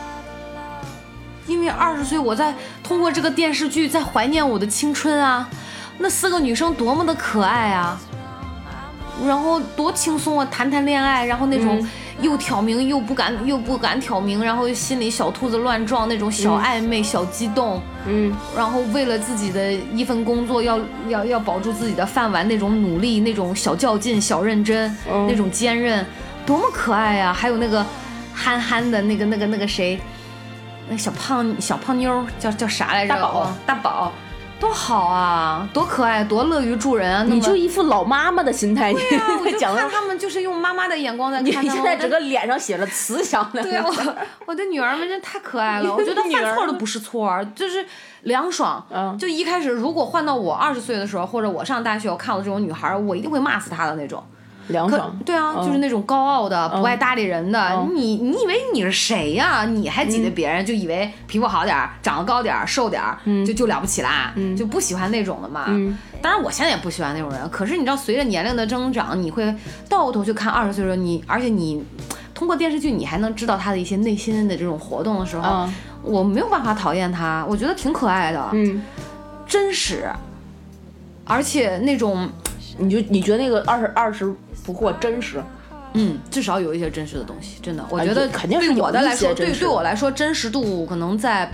A: 因为20岁，我在通过这个电视剧在怀念我的青春啊，那4个女生多么的可爱啊，然后多轻松啊，谈恋爱，然后那种又挑明又不敢挑明，然后心里小兔子乱撞那种小暧昧、小激动，然后为了自己的一份工作要保住自己的饭碗那种努力，那种小较劲、小认真，那种坚韧，多么可爱啊！还有那个憨憨的那个谁。那小胖妞叫啥来着？大宝，多好啊，多可爱，多乐于助人啊！
B: 你就一副老妈妈的心态，
A: 对啊，我就看他们就是用妈妈的眼光在看他们。
B: 你现在整个脸上写了慈祥的。
A: 对啊，我的女儿们真太可爱了，我觉得犯错都不是错，就是凉爽。就一开始如果换到我20岁的时候，或者我上大学，我看到这种女孩，我一定会骂死她的那种。
B: 凉爽，
A: 对啊，就是那种高傲的、不爱搭理人的。你以为你是谁呀？你还挤兑别人，就以为皮肤好点、长得高点、瘦点，就了不起啦，就不喜欢那种的嘛。当然，我现在也不喜欢那种人。可是你知道，随着年龄的增长，你会倒头去看20岁的时候，而且你通过电视剧，你还能知道他的一些内心的这种活动的时候，我没有办法讨厌他，我觉得挺可爱的，真实，而且那种。
B: 你觉得那个20不惑真实？
A: 至少有一些真实的东西，真的，我觉得
B: 肯定是
A: 对我的来说，
B: 对
A: 我来说，真实度可能在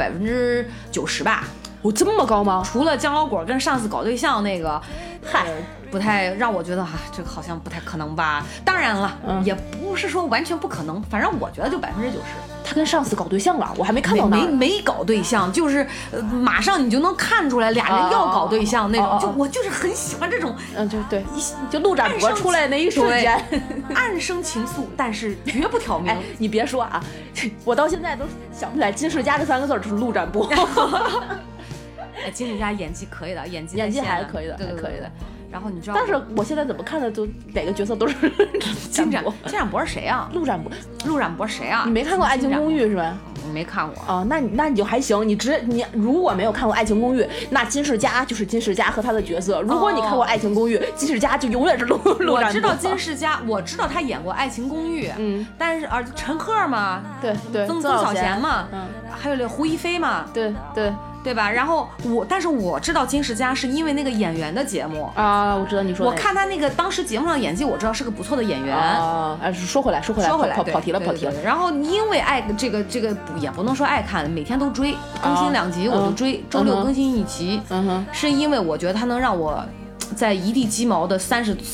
A: 90%吧。
B: 这么高吗？
A: 除了姜老果跟上司搞对象那个，不太让我觉得这个好像不太可能吧。当然了，也不是说完全不可能，反正我觉得就90%。
B: 他跟上司搞对象了，我还没看到呢。
A: 没搞对象，就是马上你就能看出来俩人要搞对象那种。我就是很喜欢这种，
B: 对，就陆展博出来那一瞬间，
A: 暗生情愫，但是绝不挑明。
B: 你别说啊，我到现在都想不起来金世佳这3个字就是陆展博。
A: 金世佳演技可以的，演技
B: 还可以的，
A: 对，可以的。然后你知道，
B: 但是我现在怎么看的都哪个角色都是
A: 金展博是谁啊？陆展博谁啊？
B: 你没看过《爱情公寓》是吧？
A: 没看过
B: 啊，那你就还行。你如果没有看过《爱情公寓》，那金世佳就是金世佳和他的角色。如果你看过《爱情公寓》，金世佳就永远是陆展博。
A: 我知道金世佳，我知道他演过《爱情公寓》，但是陈赫嘛，
B: 对，
A: 曾小贤嘛，还有胡一菲嘛，对吧？然后但是我知道金世佳是因为那个演员的节目
B: 啊，我知道你说。
A: 我看他那个当时节目上演技，我知道是个不错的演员
B: 啊。说回来，跑题了。
A: 然后因为这个也不能说爱看，每天都追，更新2集我就追，周6更新1集。是因为我觉得他能让我在一地鸡毛的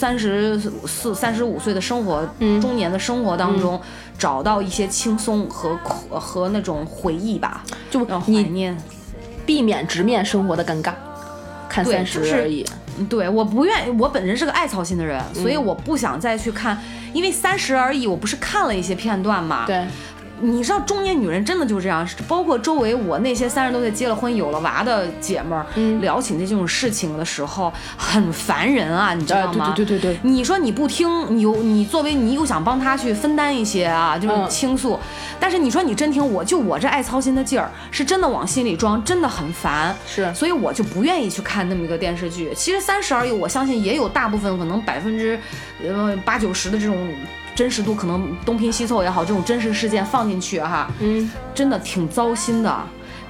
A: 34、35岁的生活，中年的生活当中，找到一些轻松和那种回忆吧，
B: 就
A: 怀念。
B: 避免直面生活的尴尬，看30而已。
A: 对，我不愿意，我本身是个爱操心的人，所以我不想再去看，因为30而已，我不是看了一些片段嘛。
B: 对。
A: 你知道中年女人真的就是这样，包括周围我那些30多岁结了婚有了娃的姐们儿，聊起这种事情的时候很烦人啊，你知道吗？
B: 对。
A: 你说你不听，你作为你又想帮他去分担一些啊，就是倾诉，但是你说你真听，我这爱操心的劲儿是真的往心里装，真的很烦。
B: 是，
A: 所以我就不愿意去看那么一个电视剧。其实30而已，我相信也有大部分可能80%、90%的这种。真实度可能东拼西凑也好，这种真实事件放进去哈，真的挺糟心的。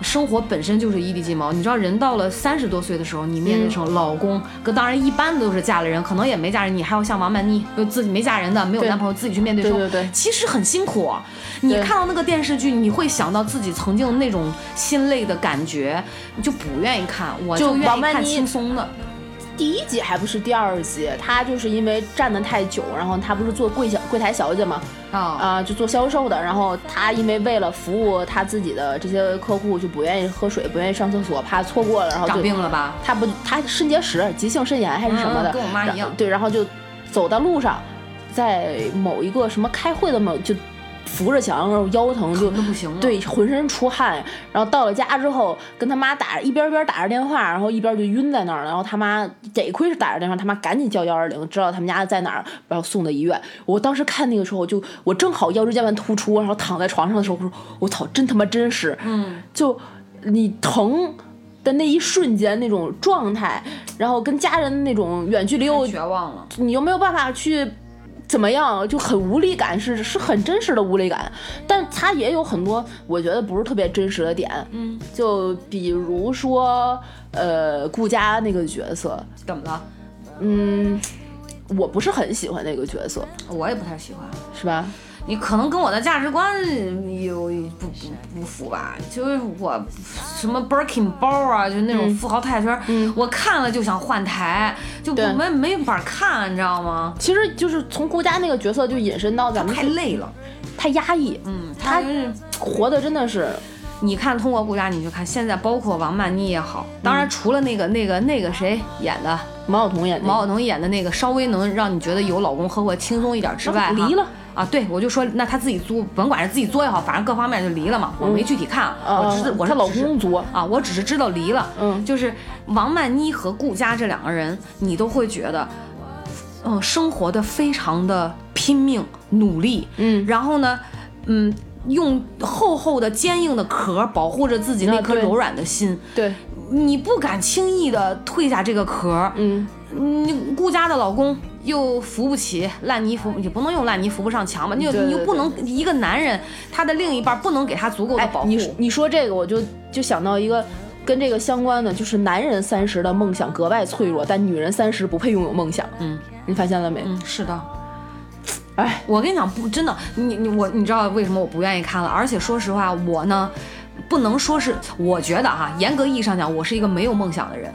A: 生活本身就是一地鸡毛。你知道，人到了30多岁的时候，你面对成老公，当然一般都是嫁了人，可能也没嫁人，你还要像王曼妮，自己没嫁人的，没有男朋友，自己去面对生活，
B: 对，
A: 其实很辛苦。你看到那个电视剧，你会想到自己曾经那种心累的感觉，你就不愿意看，我就愿意看轻松的。
B: 第1集还不是第2集，她就是因为站得太久，然后她不是做柜台小姐嘛，就做销售的，然后她因为为了服务她自己的这些客户，就不愿意喝水，不愿意上厕所，怕错过了，然后
A: 长病了吧？
B: 她肾结石、急性肾炎还是什么的，
A: 跟我妈一样。
B: 对，然后就走到路上，在某一个什么开会的就扶着墙，然后腰疼就
A: 不行了，
B: 对，浑身出汗，然后到了家之后跟他妈一边打着电话，然后一边就晕在那儿了，然后他妈得亏是打着电话，他妈赶紧叫120，知道他们家在哪儿，然后送到医院。我当时看那个时候我正好腰椎间盘突出，然后躺在床上的时候，我说我操，真他妈真实，就你疼的那一瞬间那种状态，然后跟家人的那种远距离又
A: 绝望了，
B: 你又没有办法去怎么样，就很无力感，是很真实的无力感，但它也有很多我觉得不是特别真实的点，就比如说顾佳那个角色
A: 怎么了？
B: 我不是很喜欢那个角色，
A: 我也不太喜欢，
B: 是吧？
A: 你可能跟我的价值观有不符吧？就是我什么 Birkin 包啊，就那种富豪太太圈，我看了就想换台，就没法看，你知道吗？
B: 其实就是从顾佳那个角色就引申到咱们
A: 太累了，
B: 太压抑，他活的真的是。
A: 你看，通过顾佳，你就看现在，包括王曼妮也好，当然除了那个谁演的，
B: 毛晓彤
A: 演的那个，稍微能让你觉得有老公呵护轻松一点之外，
B: 离了
A: 啊，对，我就说那他自己作，甭管是自己作也好，反正各方面就离了嘛，我没具体看，我
B: 她老公作
A: 啊，我只是知道离了，就是王曼妮和顾佳这2个人，你都会觉得，生活的非常的拼命努力，然后呢，用厚厚的坚硬的壳保护着自己那颗柔软的心，
B: 对，
A: 你不敢轻易的退下这个壳，顾佳的老公又扶不起烂泥扶，也不能用烂泥扶不上墙吧？你又不能一个男人，他的另一半不能给他足够的保护。
B: 你说这个，我就想到一个跟这个相关的，就是男人30的梦想格外脆弱，但女人30不配拥有梦想。你发现了没？
A: 是的。
B: 哎，
A: 我跟你讲，不，真的，你知道为什么我不愿意看了？而且说实话，我呢，不能说是，我觉得严格意义上讲，我是一个没有梦想的人。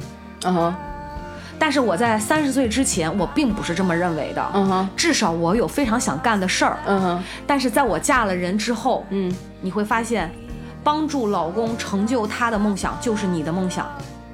A: 但是我在30岁之前，我并不是这么认为的。至少我有非常想干的事儿。但是在我嫁了人之后，你会发现，帮助老公成就他的梦想，就是你的梦想。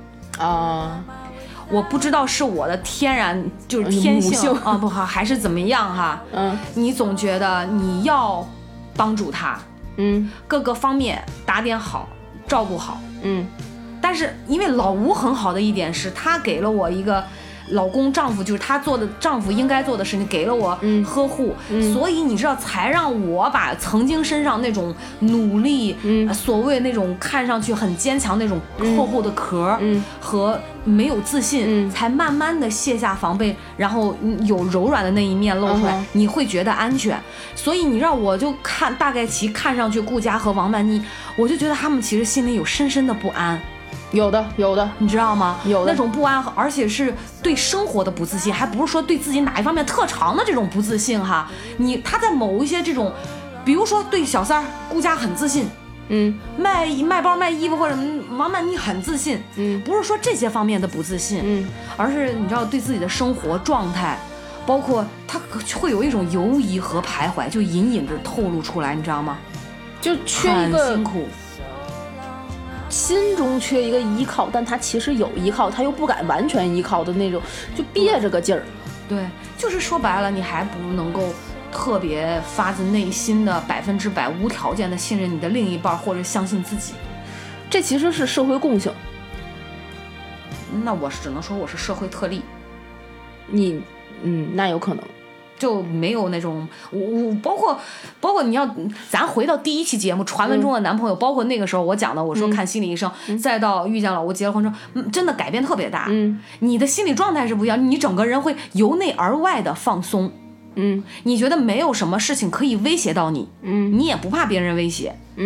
A: 我不知道是我的天然就是天性啊，不好还是怎么样哈？你总觉得你要帮助他，各个方面打点好，照顾好，但是因为老吴很好的一点是，他给了我一个老公丈夫，就是他做的丈夫应该做的事情，给了我呵护，所以你知道，才让我把曾经身上那种努力，所谓那种看上去很坚强那种厚厚的壳，和没有自信，才慢慢的卸下防备，然后有柔软的那一面露出来，你会觉得安全。所以你让我就大概其看上去顾佳和王曼妮，我就觉得他们其实心里有深深的不安。
B: 有的，
A: 你知道吗？
B: 有的
A: 那种不安，而且是对生活的不自信，还不是说对自己哪一方面特长的这种不自信哈。他在某一些这种，比如说对小三儿顾佳很自信，卖包卖衣服或者王曼妮很自信，不是说这些方面的不自信，而是你知道对自己的生活状态，包括他会有一种犹疑和徘徊，就隐隐的透露出来，你知道吗？
B: 就缺一个
A: 很辛苦。
B: 心中缺一个依靠，但他其实有依靠，他又不敢完全依靠的那种，就憋着个劲儿。
A: 对，就是说白了，你还不能够特别发自内心的100%无条件的信任你的另一半，或者相信自己。
B: 这其实是社会共性。
A: 那我只能说我是社会特例。
B: 那有可能。
A: 就没有那种我包括你要咱回到第1期节目传闻中的男朋友，包括那个时候我讲的，我说看心理医生，再到遇见了我结了婚之后，真的改变特别大。你的心理状态是不一样，你整个人会由内而外的放松。你觉得没有什么事情可以威胁到你，你也不怕别人威胁。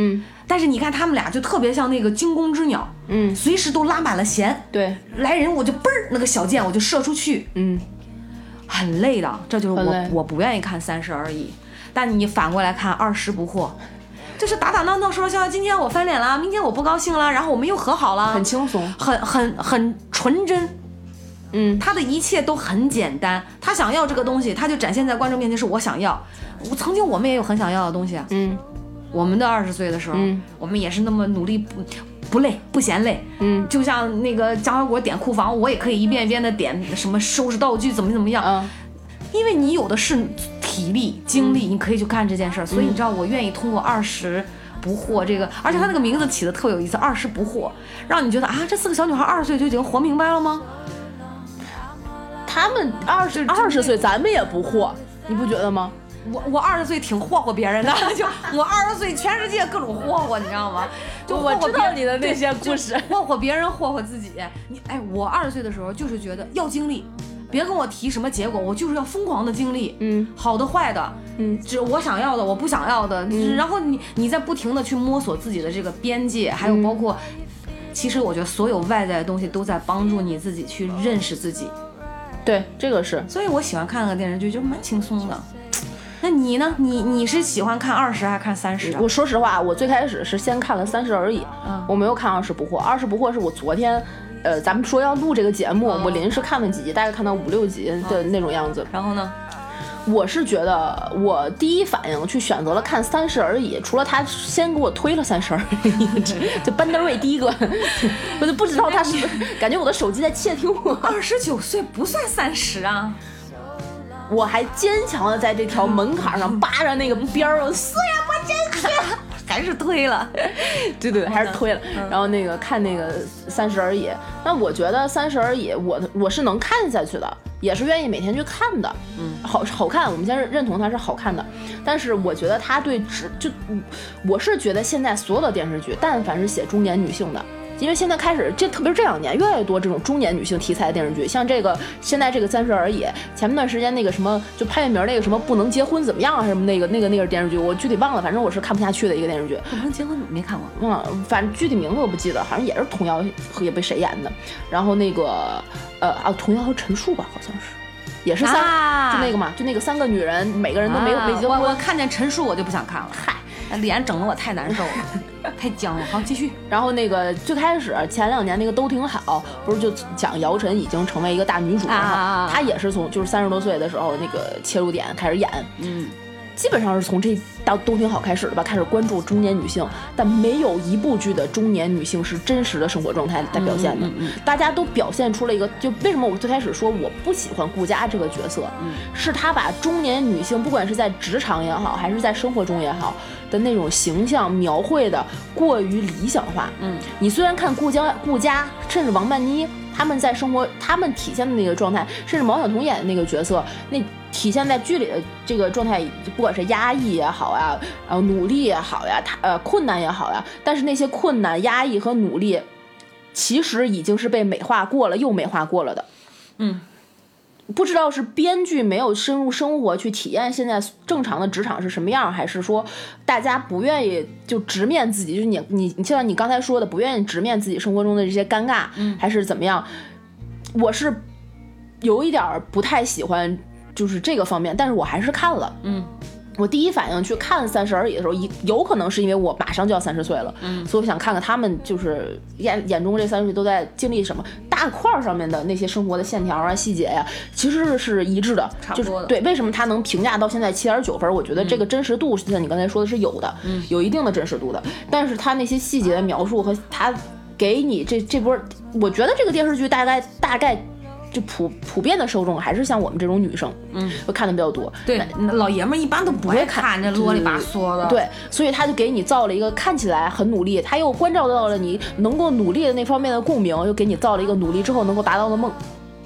A: 但是你看他们俩就特别像那个惊弓之鸟，随时都拉满了弦，
B: 对，
A: 来人我就嘣儿那个小箭我就射出去，很累的，这就是我不愿意看30而已。但你反过来看20不惑，就是打打闹闹说笑，今天我翻脸了，明天我不高兴了，然后我们又和好了，
B: 很轻松，
A: 很纯真。他的一切都很简单，他想要这个东西，他就展现在观众面前是我想要。我们也有很想要的东西啊。我们的20岁的时候，我们也是那么努力，不累不嫌累。就像那个张小果点库房，我也可以一遍一遍的点什么收拾道具怎么样。因为你有的是体力精力，你可以去干这件事儿。所以你知道我愿意通过20不惑这个，而且他那个名字起的特有意思，20不惑，让你觉得啊，这4个小女孩20岁就已经活明白了吗？
B: 他们20岁，咱们也不惑，你不觉得吗？
A: 我20岁挺霍霍别人的，就我20岁全世界各种霍霍，你知道吗？就
B: 我知道你的那些故事，
A: 霍霍别人，霍霍自己。我20岁的时候就是觉得要经历，别跟我提什么结果，我就是要疯狂的经历，好的坏的，只我想要的，我不想要的，然后你在不停的去摸索自己的这个边界，还有包括，其实我觉得所有外在的东西都在帮助你自己去认识自己。
B: 对，这个是，
A: 所以我喜欢看那个电视剧，就蛮轻松的。那你呢？你是喜欢看20还是看30啊？
B: 我说实话，我最开始是先看了30而已，我没有看20不惑。20不惑是我昨天，咱们说要录这个节目，我临时看了几集，大概看到5、6集的那种样子。
A: 然后呢？
B: 我是觉得我第一反应去选择了看30而已，除了他先给我推了30而已，就班德瑞第一个，我就不知道他是感觉我的手机在窃听我。
A: 29岁不算30啊，
B: 我还坚强的在这条门槛上扒着那个边儿，我死也不进去，
A: 还是推了，
B: 对，还是推了。然后那个看那个30而已，那我觉得30而已，我是能看下去的。也是愿意每天去看的，好看。我们先认同它是好看的，但是我觉得它我是觉得现在所有的电视剧，但凡是写中年女性的，因为现在开始特别是这2年越来越多这种中年女性题材的电视剧，像这个现在这个30而已，前面段时间那个什么就潘粤明那个什么不能结婚怎么样啊什么那个电视剧，我具体忘了，反正我是看不下去的一个电视剧。
A: 不能结婚没看过，
B: 反正具体名字我不记得，好像也是童瑶也被谁演的，然后那个童瑶和陈数吧，好像是。也是就那个嘛，就那个3个女人，每个人都没结婚。
A: 我看见陈数我就不想看了，嗨，脸整得我太难受了，太僵了。好，继续。
B: 然后那个最开始前2年那个都挺好，不是就讲姚晨已经成为一个大女主了，她也是从就是30多岁的时候那个切入点开始演，基本上是从这到都挺好开始的吧，开始关注中年女性，但没有一部剧的中年女性是真实的生活状态在表现的，大家都表现出了一个，就为什么我最开始说我不喜欢顾佳这个角色，是她把中年女性不管是在职场也好，还是在生活中也好的那种形象描绘的过于理想化。你虽然看顾佳，甚至王曼妮他们在生活，他们体现的那个状态，甚至毛晓彤演的那个角色，那体现在剧里的这个状态，不管是压抑也好呀，然后努力也好呀，困难也好呀，但是那些困难、压抑和努力，其实已经是被美化过了，又美化过了的。不知道是编剧没有深入生活去体验现在正常的职场是什么样，还是说大家不愿意就直面自己，就是你像你刚才说的不愿意直面自己生活中的这些尴尬，还是怎么样？我是有一点不太喜欢就是这个方面，但是我还是看了。我第一反应去看30而已的时候，有可能是因为我马上就要30岁了，所以我想看看他们就是眼中这30岁都在经历什么，大块上面的那些生活的线条啊、细节呀，其实是一致的，
A: 差不多的。
B: 就是对，为什么他能评价到现在7.9分？我觉得这个真实度，像你刚才说的是有的，有一定的真实度的，但是他那些细节的描述和他给你这波，我觉得这个电视剧大概就普遍的受众还是像我们这种女生，会看的比较多。
A: 对，老爷们一般都不会看这啰里吧嗦的。
B: 对，所以他就给你造了一个看起来很努力，他又关照到了你能够努力的那方面的共鸣，又给你造了一个努力之后能够达到的梦。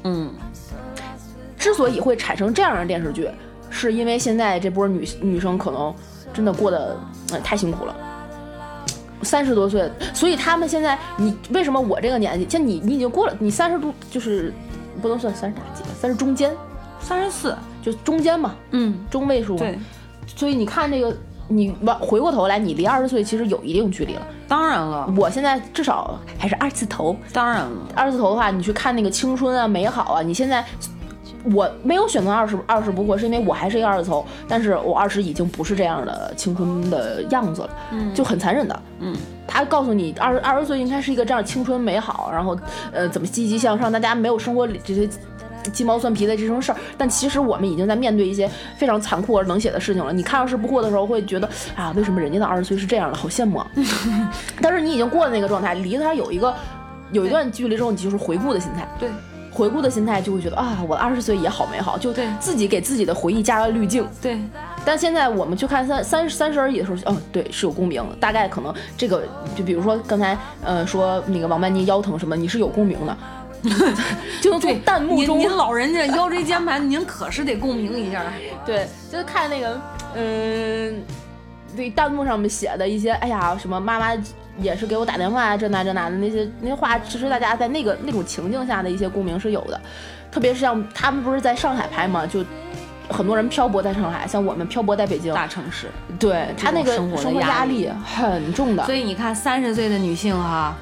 B: 之所以会产生这样的电视剧，是因为现在这波女生可能真的过得太辛苦了。30多岁，所以他们现在，你为什么我这个年纪，像你已经过了，你30度就是不能算30大几了，30中间，
A: 34
B: 就中间嘛，中位数嘛。
A: 对，
B: 所以你看这个你回过头来，你离20岁其实有一定距离了。
A: 当然了，
B: 我现在至少还是2字头。
A: 当然了
B: ，2字头的话，你去看那个青春啊、美好啊，你现在。我没有选择二十不惑，是因为我还是一个2字头，但是我20已经不是这样的青春的样子了，就很残忍的。他告诉你20岁应该是一个这样青春美好，然后怎么积极向上，大家没有生活里这些鸡毛蒜皮的这种事儿，但其实我们已经在面对一些非常残酷而冷血的事情了。你看二十不惑的时候会觉得啊，为什么人家的20岁是这样的，好羡慕啊。但是你已经过了那个状态，离他有一段距离之后，你就是回顾的心态。
A: 对，
B: 回顾的心态就会觉得啊，我的20岁也好美好，就自己给自己的回忆加了滤镜。
A: 对，
B: 但现在我们去看三十而已的时候，对，是有共鸣的。大概可能这个，就比如说刚才说那个王曼妮腰疼什么，你是有共鸣的。就能从弹幕中，
A: 您老人家腰椎间盘，您可是得共鸣一下。
B: 对，就是看那个，对弹幕上面写的一些，哎呀，什么妈妈也是给我打电话，这那的那些话，其实大家在那种情境下的一些共鸣是有的。特别是像他们不是在上海拍嘛，就很多人漂泊在上海，像我们漂泊在北京
A: 大城市，
B: 对他那个生活压力很重的。
A: 所以你看，30岁的女性哈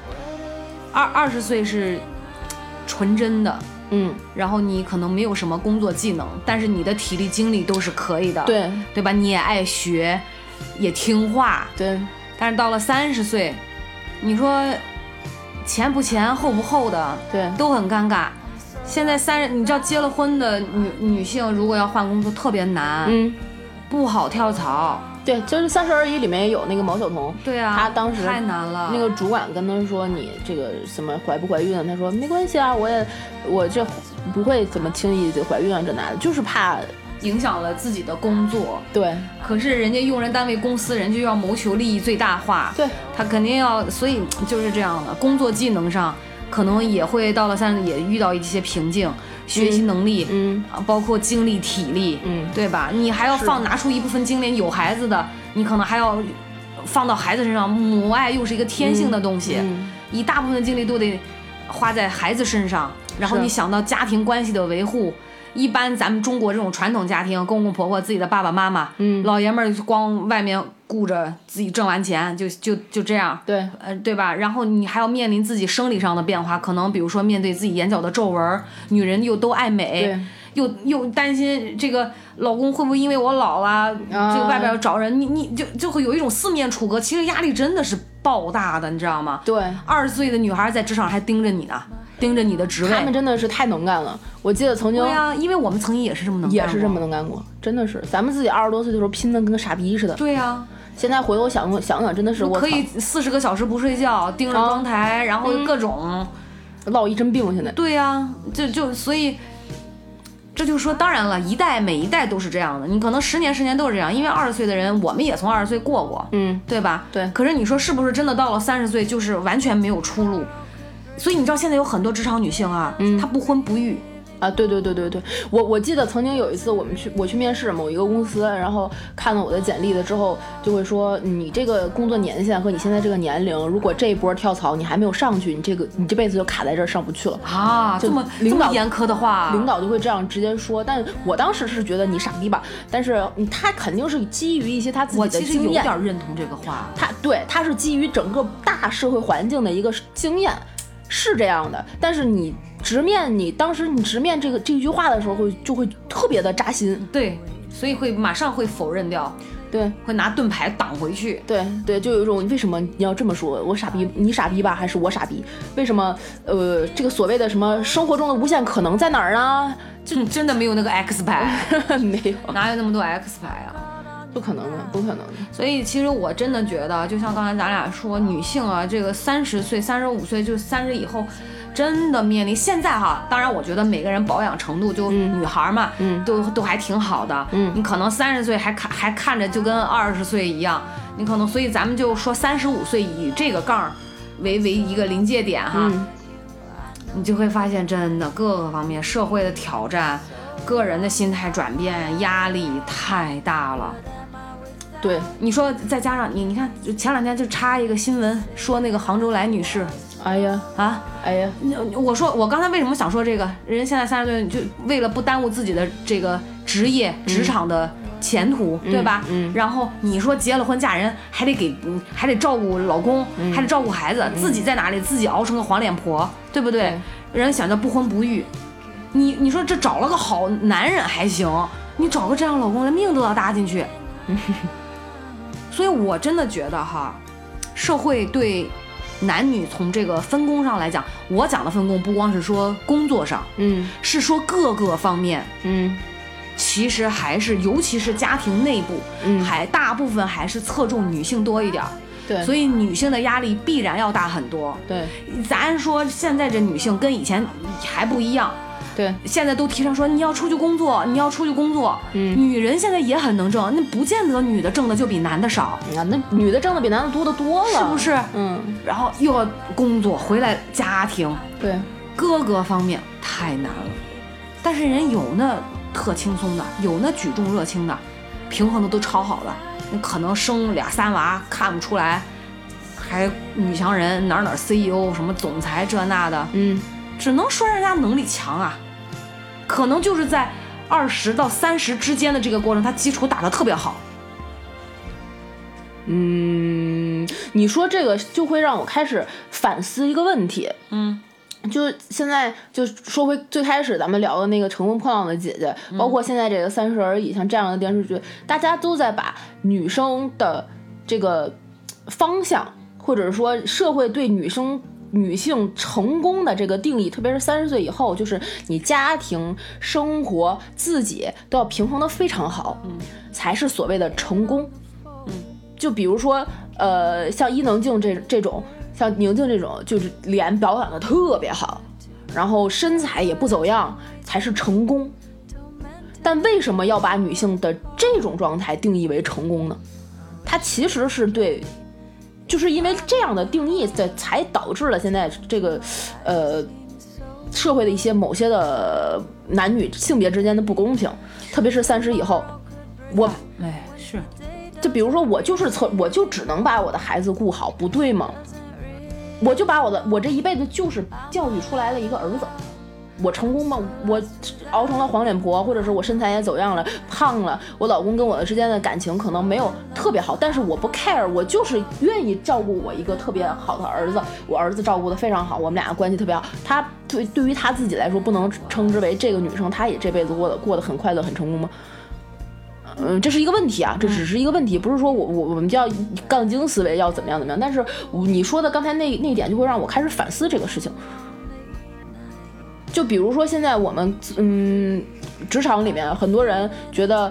A: ，20岁是纯真的，然后你可能没有什么工作技能，但是你的体力精力都是可以的，对吧？你也爱学，也听话，
B: 对。
A: 但是到了30岁，你说前不前后不后的，
B: 对，
A: 都很尴尬。现在你知道结了婚的女性如果要换工作特别难，不好跳槽。
B: 对，就是30而已里面也有那个毛晓彤，
A: 对啊，
B: 她当时
A: 太难了。
B: 那个主管跟她说你这个什么怀不怀孕，她说没关系啊，我这不会怎么轻易的怀孕啊，这那的，就是怕
A: 影响了自己的工作。
B: 对，
A: 可是人家用人单位公司人就要谋求利益最大化，
B: 对，
A: 他肯定要，所以就是这样的。工作技能上可能也会到了30也遇到一些瓶颈，学习能力，包括精力体力，对吧？你还要拿出一部分精力，有孩子的你可能还要放到孩子身上，母爱又是一个天性的东西，一大部分的精力都得花在孩子身上，然后你想到家庭关系的维护。一般咱们中国这种传统家庭，公公婆婆、自己的爸爸妈妈，老爷们儿光外面顾着自己挣完钱就这样，
B: 对，
A: 对吧？然后你还要面临自己生理上的变化，可能比如说面对自己眼角的皱纹，女人又都爱美，又担心这个老公会不会因为我老了，这个外边要找人，你就会有一种四面楚歌，其实压力真的是爆大的，你知道吗？
B: 对
A: ，20岁的女孩在职场还盯着你呢。盯着你的职位，
B: 他们真的是太能干了。我记得曾经，
A: 对呀，因为我们曾经也是这么能干过，
B: 也是这么能干过，真的是。咱们自己20多岁的时候拼的跟个傻逼似的。
A: 对呀，
B: 现在回头想想，真的是我
A: 可以40个小时不睡觉，盯着妆台，然后各种
B: 落一身病。现在
A: 对呀，所以这就说，当然了，每一代都是这样的。你可能10年都是这样，因为20岁的人，我们也从20岁过过，对吧？
B: 对。
A: 可是你说是不是真的到了30岁就是完全没有出路？所以你知道现在有很多职场女性啊，她不婚不育
B: 啊，对，我记得曾经有一次我去面试某一个公司，然后看了我的简历了之后，就会说你这个工作年限和你现在这个年龄，如果这一波跳槽你还没有上去，你这辈子就卡在这儿上不去了
A: 啊！这么严苛的话，
B: 领导就会这样直接说。但我当时是觉得你傻逼吧，但是他肯定是基于一些他自己的经验。
A: 我其实有点认同这个话，
B: 他是基于整个大社会环境的一个经验。是这样的，但是你当时你直面这句话的时候就会特别的扎心，
A: 对，所以马上会否认掉，
B: 对，
A: 会拿盾牌挡回去，
B: 对，就有一种为什么你要这么说，我傻逼，你傻逼吧，还是我傻逼？为什么这个所谓的什么生活中的无限可能在哪儿呢？
A: 就真的没有那个 X 牌，
B: 没有，
A: 哪有那么多 X 牌啊？
B: 不可能的。
A: 所以其实我真的觉得，就像刚才咱俩说，女性啊，这个30岁、35岁，就30以后，真的面临现在哈。当然，我觉得每个人保养程度，就女孩嘛，都还挺好的。你可能30岁还看着就跟20岁一样，你可能，所以咱们就说35岁以这个杠为一个临界点哈。你就会发现，真的各个方面社会的挑战，个人的心态转变，压力太大了。
B: 对，
A: 你说再加上你看，前2天就插一个新闻，说那个杭州来女士，
B: 哎呀，
A: 我说我刚才为什么想说这个人现在30岁，就为了不耽误自己的这个职业职场的前途，对吧？然后你说结了婚嫁人还得照顾老公，还得照顾孩子，自己在哪里自己熬成个黄脸婆，对不对？人想着不婚不育，你说这找了个好男人还行，你找个这样老公连命都要搭进去。所以我真的觉得哈，社会对男女从这个分工上来讲，我讲的分工不光是说工作上，是说各个方面，其实还是尤其是家庭内部，还大部分还是侧重女性多一点。
B: 对，
A: 所以女性的压力必然要大很多。
B: 对，
A: 咱说现在这女性跟以前还不一样。
B: 对，
A: 现在都提倡说你要出去工作，你要出去工作。女人现在也很能挣，那不见得女的挣的就比男的少。
B: 那女的挣的比男的多得多了，
A: 是不是？然后又要工作，回来家庭，
B: 对，
A: 各个方面太难了。但是人有那特轻松的，有那举重热轻的，平衡的都超好了。那可能生2、3娃看不出来，还女强人，哪 CEO 什么总裁这那的，只能说人家能力强啊。可能就是在20到30之间的这个过程，他基础打得特别好。
B: 你说这个就会让我开始反思一个问题。就现在就说回最开始咱们聊的那个乘风破浪的姐姐，包括现在这个30而已像这样的电视剧，大家都在把女生的这个方向，或者说社会对女性成功的这个定义，特别是30岁以后，就是你家庭生活自己都要平衡的非常好，才是所谓的成功。就比如说像伊能静这种，像宁静这种，就是脸表演的特别好，然后身材也不走样，才是成功。但为什么要把女性的这种状态定义为成功呢？它其实是对，就是因为这样的定义才导致了现在这个社会的一些某些的男女性别之间的不公平，特别是30以后，
A: 是，
B: 就比如说我就只能把我的孩子顾好，不对吗？我就把我这一辈子就是教育出来了一个儿子，我成功吗？我熬成了黄脸婆，或者是我身材也走样了，胖了，我老公跟我之间的感情可能没有特别好，但是我不 care， 我就是愿意照顾我一个特别好的儿子，我儿子照顾得非常好，我们俩关系特别好。他对于他自己来说，不能称之为这个女生她也这辈子过得很快乐很成功吗？这是一个问题啊，这只是一个问题，不是说我们就要杠精思维要怎么样，但是你说的刚才那一点就会让我开始反思这个事情。就比如说现在我们职场里面很多人觉得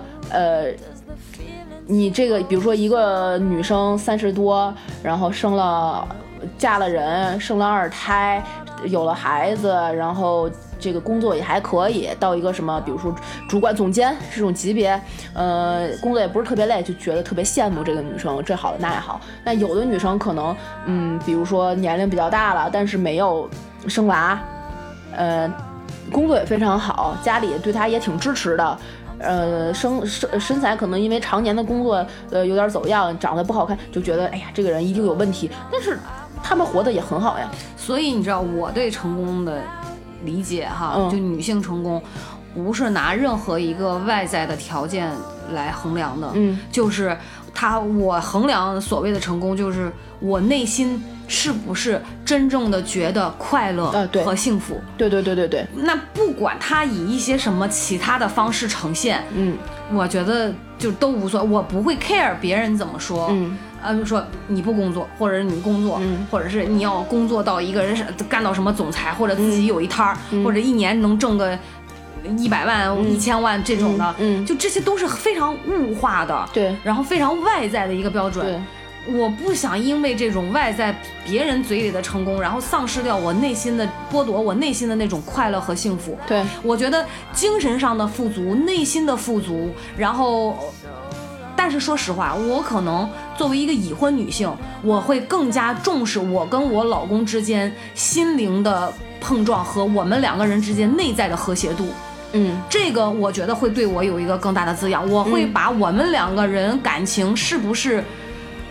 B: 你这个比如说一个女生30多，然后嫁了人，生了2胎，有了孩子，然后这个工作也还可以，到一个什么比如说主管总监这种级别，工作也不是特别累，就觉得特别羡慕这个女生，这好那也好。那有的女生可能比如说年龄比较大了，但是没有生娃，工作也非常好，家里对她也挺支持的，身材可能因为常年的工作有点走样，长得不好看，就觉得哎呀这个人一定有问题，但是他们活得也很好呀。
A: 所以你知道我对成功的理解哈，就女性成功不是拿任何一个外在的条件来衡量的，就是我衡量所谓的成功，就是我内心是不是真正的觉得快乐和幸福。
B: 对。
A: 那不管他以一些什么其他的方式呈现，我觉得就都无所谓，我不会 care 别人怎么说。说你不工作，或者是你工作，或者是你要工作到一个人干到什么总裁，或者自己有一摊儿，或者1年能挣个100万、1000万这种的，就这些都是非常物化的，
B: 对，
A: 然后非常外在的一个标准。对，我不想因为这种外在别人嘴里的成功，然后丧失掉我内心的剥夺我内心的那种快乐和幸福。
B: 对，
A: 我觉得精神上的富足，内心的富足，然后。但是说实话，我可能作为一个已婚女性，我会更加重视我跟我老公之间心灵的碰撞和我们2个人之间内在的和谐度。这个我觉得会对我有一个更大的滋养。我会把我们2个人感情是不是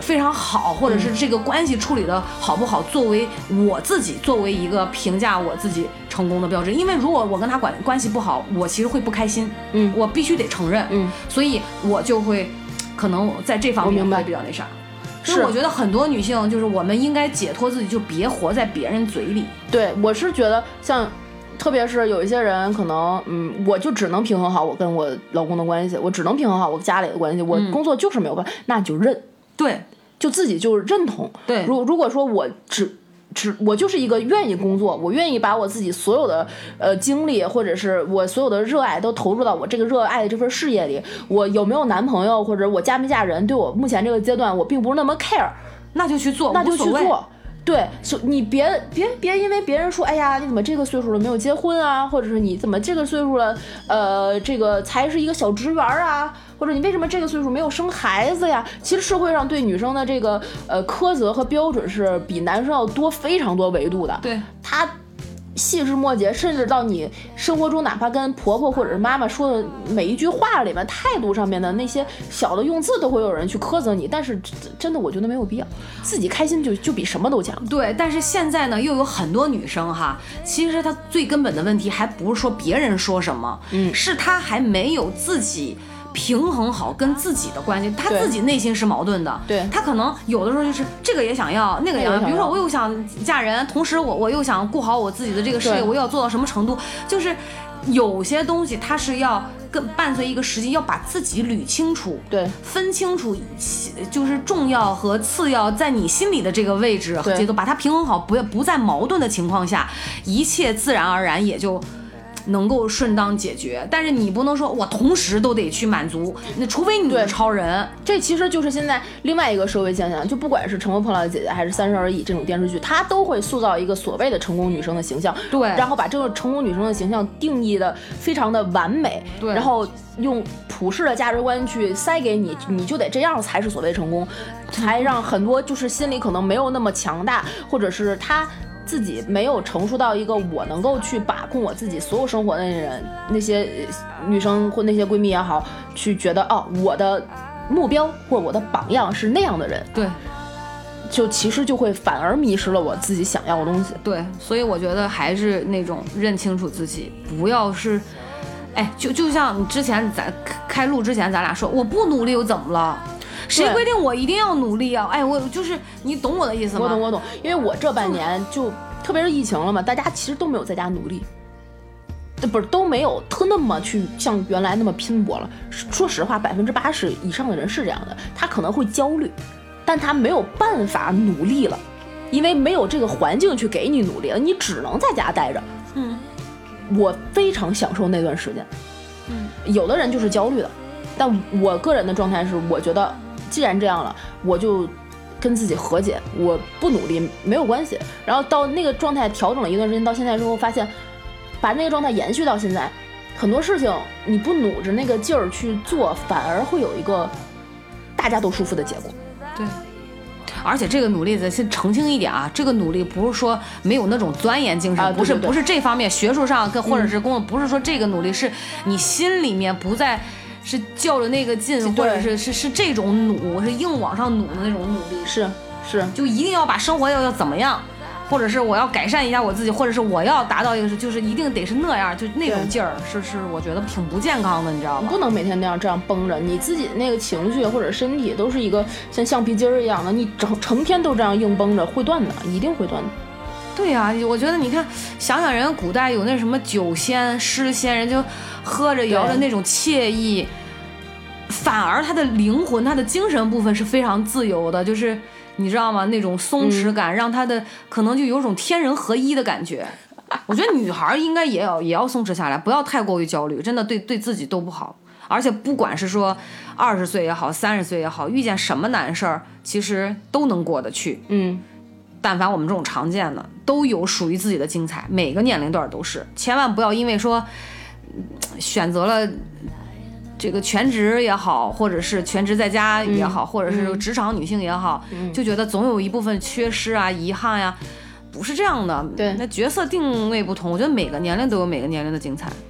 A: 非常好，或者是这个关系处理的好不好，作为我自己作为一个评价我自己成功的标志。因为如果我跟他关系不好，我其实会不开心，我必须得承认，所以我就会可能在这方面会比较那啥。所以我觉得很多女性就是我们应该解脱自己，就别活在别人嘴里。
B: 对，我是觉得像特别是有一些人可能我就只能平衡好我跟我老公的关系，我只能平衡好我家里的关系，我工作就是没有办法，那你就认，
A: 对，
B: 就自己就认同。
A: 对，
B: 如果说我我就是一个愿意工作，我愿意把我自己所有的精力或者是我所有的热爱都投入到我这个热爱的这份事业里，我有没有男朋友或者我嫁没嫁人，对我目前这个阶段我并不是那么 care，
A: 那就去做，
B: 那就去做。对，你别因为别人说，哎呀，你怎么这个岁数了没有结婚啊，或者是你怎么这个岁数了，这个才是一个小职员啊，或者你为什么这个岁数没有生孩子呀？其实社会上对女生的这个苛责和标准是比男生要多非常多维度的。
A: 对，
B: 他细枝末节，甚至到你生活中哪怕跟婆婆或者是妈妈说的每一句话里面态度上面的那些小的用字都会有人去苛责你，但是真的我觉得没有必要，自己开心就比什么都强。
A: 对，但是现在呢又有很多女生哈，其实她最根本的问题还不是说别人说什么，是她还没有自己平衡好跟自己的关系，他自己内心是矛盾的。
B: 对，
A: 他可能有的时候就是这个也想要，那个也想要。比如说我又想嫁人，同时我又想顾好我自己的这个事业，我要做到什么程度？就是有些东西它是要伴随一个时机，要把自己捋清楚，
B: 对，
A: 分清楚，就是重要和次要在你心里的这个位置和节奏，把它平衡好，不在矛盾的情况下，一切自然而然也就能够顺当解决。但是你不能说我同时都得去满足，那除非你是超人。
B: 这其实就是现在另外一个社会现象，就不管是《乘风破浪的姐姐》还是《30而已》这种电视剧，它都会塑造一个所谓的成功女生的形象，
A: 对，
B: 然后把这个成功女生的形象定义的非常的完美，
A: 对，
B: 然后用普世的价值观去塞给你，你就得这样才是所谓成功，才让很多就是心里可能没有那么强大，或者是他自己没有成熟到一个我能够去把控我自己所有生活的人，那些女生或那些闺蜜也好，去觉得我的目标或我的榜样是那样的人，
A: 对，
B: 就其实就会反而迷失了我自己想要的东西。
A: 对，所以我觉得还是那种认清楚自己，不要是就像你之前咱开录之前咱俩说我不努力又怎么了，谁规定我一定要努力啊？我就是你懂我的意思吗？
B: 我懂，因为我这半年就特别是疫情了嘛，大家其实都没有在家努力，不是都没有那么去像原来那么拼搏了。说实话，80%以上的人是这样的，他可能会焦虑，但他没有办法努力了，因为没有这个环境去给你努力了，你只能在家待着。我非常享受那段时间。有的人就是焦虑的，但我个人的状态是，我觉得既然这样了，我就跟自己和解，我不努力没有关系。然后到那个状态调整了一段时间，到现在之后发现，把那个状态延续到现在，很多事情你不努着那个劲儿去做，反而会有一个大家都舒服的结果。
A: 对。而且这个努力的先澄清一点啊，这个努力不是说没有那种钻研精神，不是这方面学术上跟或者是工作，不是说这个努力是你心里面不再是较着那个劲，或者是这种努，是硬往上努的那种努力，
B: 是
A: 就一定要把生活要怎么样，或者是我要改善一下我自己，或者是我要达到一个就是一定得是那样，就那种劲儿是我觉得挺不健康的，你知道吗？
B: 不能每天这样绷着，你自己那个情绪或者身体都是一个像橡皮筋儿一样的，你成天都这样硬绷着，会断的，一定会断的。
A: 对呀，我觉得你看，想想人古代有那什么酒仙、诗仙，人就喝着摇着那种惬意，反而他的灵魂、他的精神部分是非常自由的，就是你知道吗？那种松弛感让他的可能就有种天人合一的感觉。我觉得女孩应该也要松弛下来，不要太过于焦虑，真的对自己都不好。而且不管是说20岁也好，30岁也好，遇见什么难事儿，其实都能过得去。但凡我们这种常见的，都有属于自己的精彩，每个年龄段都是。千万不要因为说选择了这个全职也好，或者是全职在家也好，或者是职场女性也好，就觉得总有一部分缺失啊、遗憾呀，不是这样的。
B: 对，
A: 那角色定位不同，我觉得每个年龄都有每个年龄的精彩。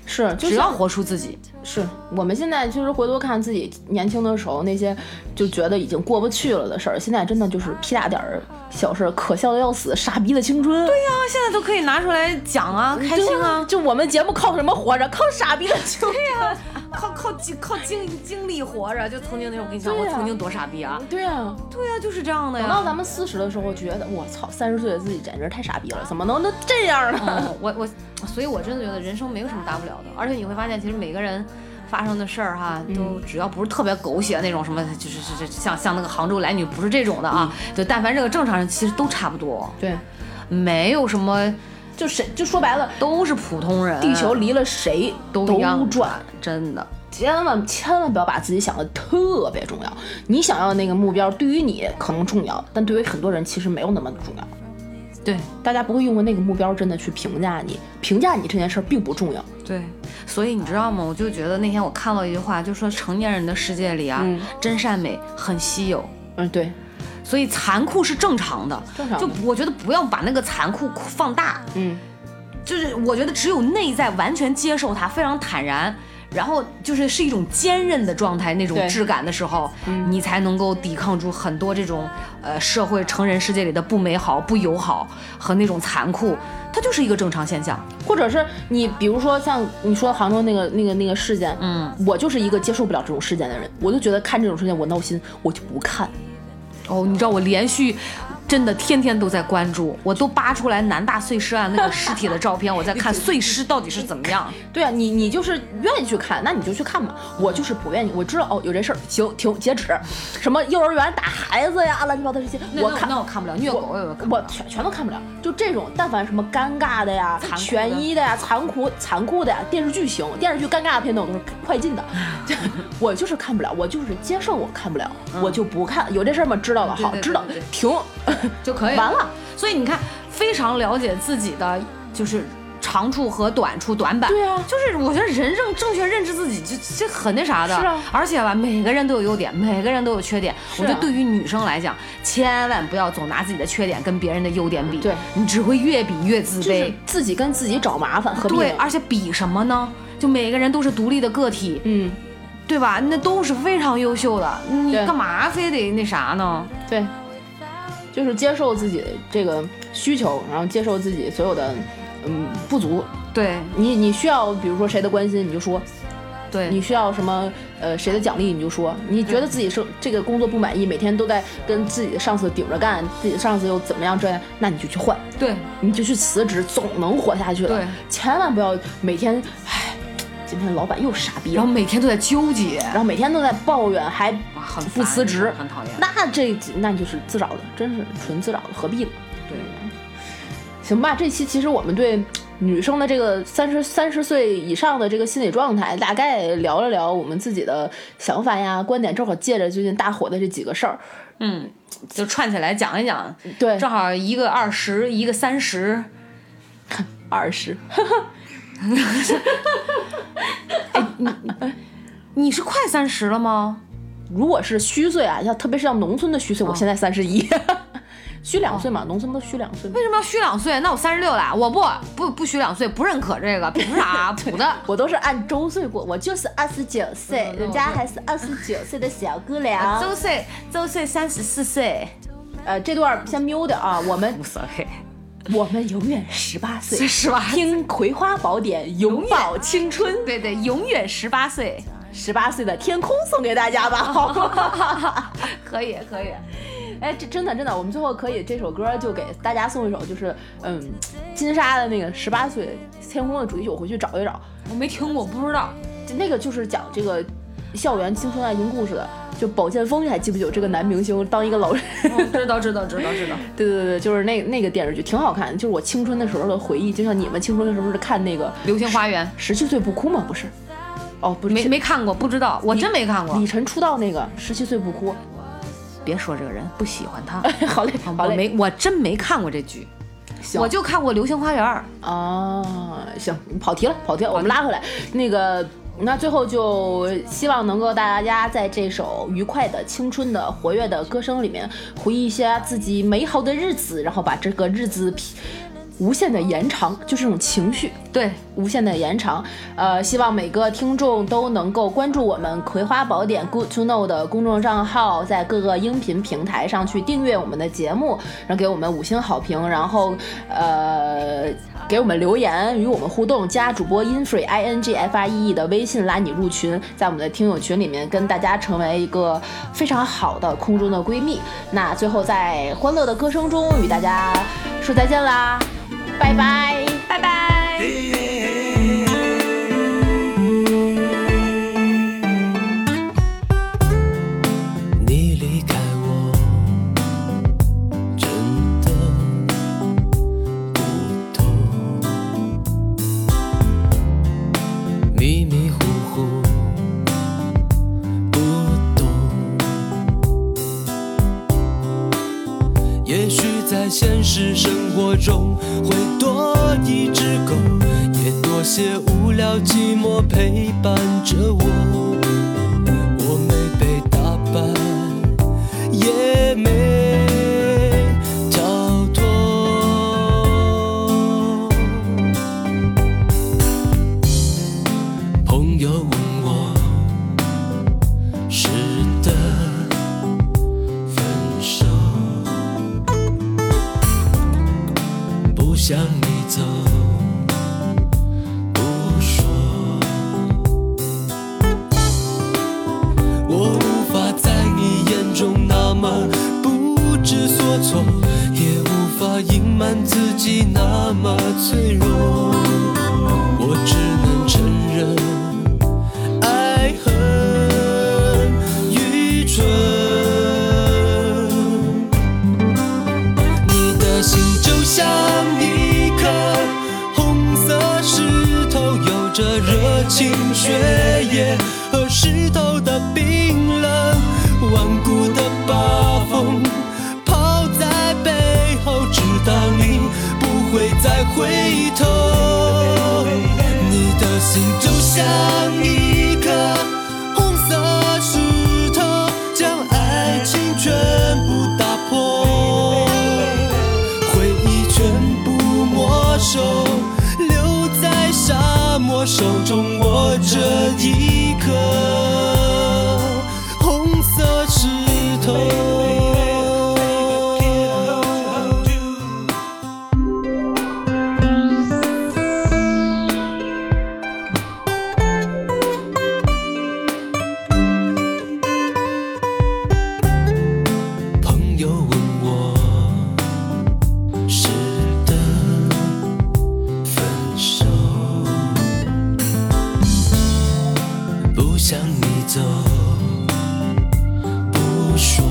B: 是，
A: 只要活出自己。
B: 是我们现在就是回头看自己年轻的时候那些就觉得已经过不去了的事儿，现在真的就是屁大点儿小事，可笑的要死，傻逼的青春。
A: 对呀，现在都可以拿出来讲啊，开心啊！
B: 就我们节目靠什么活着？靠傻逼的青春。
A: 对呀，靠经历活着。就曾经那种，我跟你讲，我曾经多傻逼啊！
B: 对呀，
A: 就是这样的呀。
B: 等到咱们40的时候，觉得我操，30岁的自己简直太傻逼了，怎么能这样呢？
A: 所以我真的觉得人生没有什么大不了的，而且你会发现，其实每个人发生的事儿哈，都只要不是特别狗血那种什么，就是像那个杭州来女不是这种的啊，就但凡这个正常人其实都差不多，
B: 对，
A: 没有什么，
B: 就说白了
A: 都是普通人，
B: 地球离了谁都转，
A: 真的。
B: 千万不要把自己想的特别重要，你想要的那个目标对于你可能重要，但对于很多人其实没有那么重要。
A: 对，
B: 大家不会用过那个目标真的去评价你这件事并不重要。
A: 对，所以你知道吗？我就觉得那天我看到一句话，就说成年人的世界里啊，真善美很稀有。
B: 对，
A: 所以残酷是正常的。就我觉得不要把那个残酷放大。就是我觉得只有内在完全接受它，非常坦然。然后是一种坚韧的状态，那种质感的时候，你才能够抵抗住很多这种社会成人世界里的不美好、不友好和那种残酷，它就是一个正常现象。
B: 或者是你比如说像你说杭州那个事件，我就是一个接受不了这种事件的人，我就觉得看这种事件我闹心，我就不看。
A: 你知道我连续真的天天都在关注，我都扒出来南大碎尸案那个尸体的照片，我在看碎尸到底是怎么样。
B: 对啊，你就是愿意去看，那你就去看嘛。我就是不愿意，我知道有这事儿，行，停，截止。什么幼儿园打孩子呀，乱七八糟这些，
A: 那我看不了，虐狗
B: 我全都看不了。就这种，但凡什么尴尬的呀、悬疑的呀、残酷的呀，电视剧行，电视剧尴尬的片段我都是快进的。我就是看不了，我就是接受我看不了，我就不看。有这事儿吗？知道了，好，知道，停。
A: 就可以
B: 完了。
A: 所以你看，非常了解自己的就是长处和短处、短板。
B: 对啊，
A: 就是我觉得正确认知自己，这很那啥的。
B: 是啊，
A: 而且吧，每个人都有优点，每个人都有缺点。我觉得对于女生来讲，千万不要总拿自己的缺点跟别人的优点比，
B: 对，
A: 你只会越比越自卑，
B: 就是自己跟自己找麻烦，何必？
A: 对，而且比什么呢？就每个人都是独立的个体，对吧？那都是非常优秀的，你干嘛非得那啥呢？
B: 对。就是接受自己的这个需求，然后接受自己所有的不足。
A: 对，
B: 你需要比如说谁的关心你就说，
A: 对，
B: 你需要什么谁的奖励你就说，你觉得自己是这个工作不满意，每天都在跟自己的上司顶着干，自己的上司又怎么样这样，那你就去换，
A: 对，
B: 你就去辞职，总能活下去了。
A: 对，
B: 千万不要每天今天老板又傻逼了，
A: 然后每天都在纠结，
B: 然后每天都在抱怨，还不辞职，
A: 很讨厌。
B: 那就是自找的，真是纯自找的，何必呢？
A: 对，
B: 行吧，这期其实我们对女生的这个30岁以上的这个心理状态，大概聊了聊我们自己的想法呀、观点，正好借着最近大火的这几个事儿，
A: 就串起来讲一讲。
B: 对，
A: 正好一个20，一个30，
B: 20。
A: 你是快30了吗？
B: 如果是虚岁啊，特别是像农村的虚岁，我现在31，虚2岁嘛，农村都虚2岁。
A: 为什么要虚2岁？那我36了，我不虚2岁，不认可这个，凭啥？补的，
B: 我都是按周岁过，我就是29岁，人家还是29岁的小姑娘。
A: 周岁34岁。
B: 这段先瞄的啊，我们
A: 无所谓。
B: 我们永远18岁
A: ，18
B: 听《葵花宝典》，永葆青春。
A: 对，永远18岁
B: ，18岁的天空送给大家吧，好吗？
A: 可以。
B: 哎，这真的，我们最后可以这首歌就给大家送一首，就是金莎的那个18岁天空的主题曲，我回去找一找。
A: 我没听过，不知道。
B: 那个就是讲这个校园青春爱情故事的。就宝剑锋，你还记不记得这个男明星当一个老人？
A: 知道。
B: 对，就是那个电视剧挺好看的，就是我青春的时候的回忆，就像你们青春的时候是看那个《
A: 流星花园》
B: ，17岁不哭吗？不是，不是，
A: 没看过，不知道，我真没看过。
B: 李晨出道那个17岁不哭，
A: 别说这个人，不喜欢他。
B: 好嘞，
A: 我真没看过这剧，我就看过《流星花园》
B: 啊。行，跑题了，我们拉回来那个。那最后就希望能够大家在这首愉快的、青春的、活跃的歌声里面回忆一下自己美好的日子，然后把这个日子无限的延长，就是这种情绪，
A: 对，
B: 无限的延长。希望每个听众都能够关注我们《葵花宝典 Good to Know》的公众账号，在各个音频平台上去订阅我们的节目，然后给我们5星好评，然后给我们留言，与我们互动，加主播 infree INGFREE 的微信拉你入群，在我们的听友群里面跟大家成为一个非常好的空中的闺蜜。那最后在欢乐的歌声中与大家说再见啦，拜拜，
A: 拜拜。
C: 你离开我，真的不懂，迷迷糊糊不懂，也许在现实生活中会多一只狗，也多些无聊寂寞陪伴着我。我没被打败，也没逃脱。朋友问我是的分手，不想你走，不说。我无法在你眼中那么不知所措，也无法隐瞒自己那么脆弱。我只能承认，爱很愚蠢。你的心就像一颗红色石头，有着热情血液和石头的冰冷，顽固的把风抛在背后，直到你不会再回头。你的心就像一颗红色石头，将爱情全部打破，回忆全部没收，留在沙漠，手中握着一颗红色石头。朋友问我是的分手，不想你走，不说。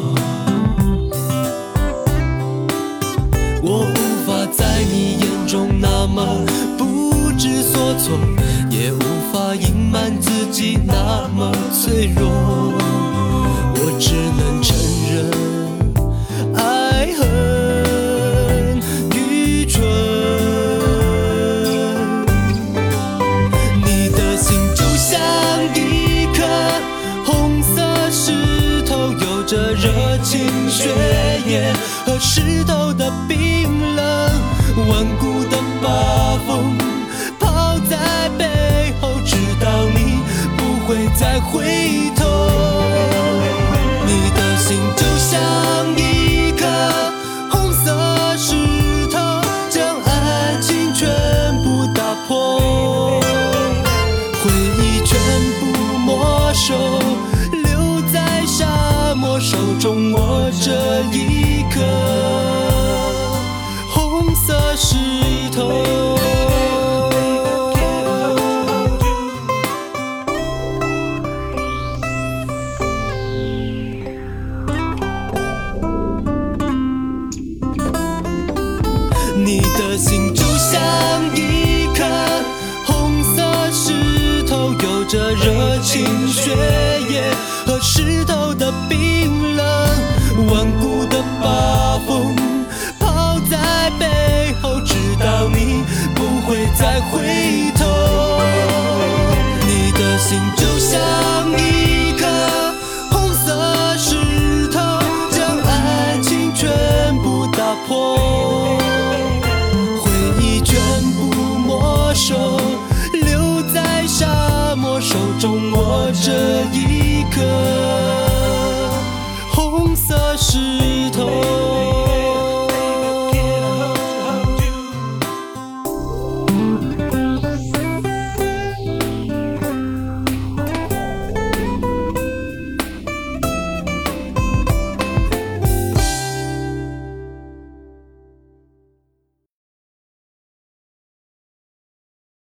C: 我无法在你眼中那么不知所措，也无法隐瞒自己那么脆弱。我只能承认，爱很愚蠢。你的心就像一颗红色石头，有着热情血液和石头的冰冷，顽固的把风抛在背后，直到你不会再回头。你的心就像一颗红色石头，将爱情全部打破，回忆全部没收，留在沙漠，手中握着一颗红色石头。你的心就像一颗红色石头，有着热情血液和石头的冰冷，顽固的把风抛在背后，直到你不会再回头。你的心就像一颗红色石头，将爱情全部打破，回红色石头。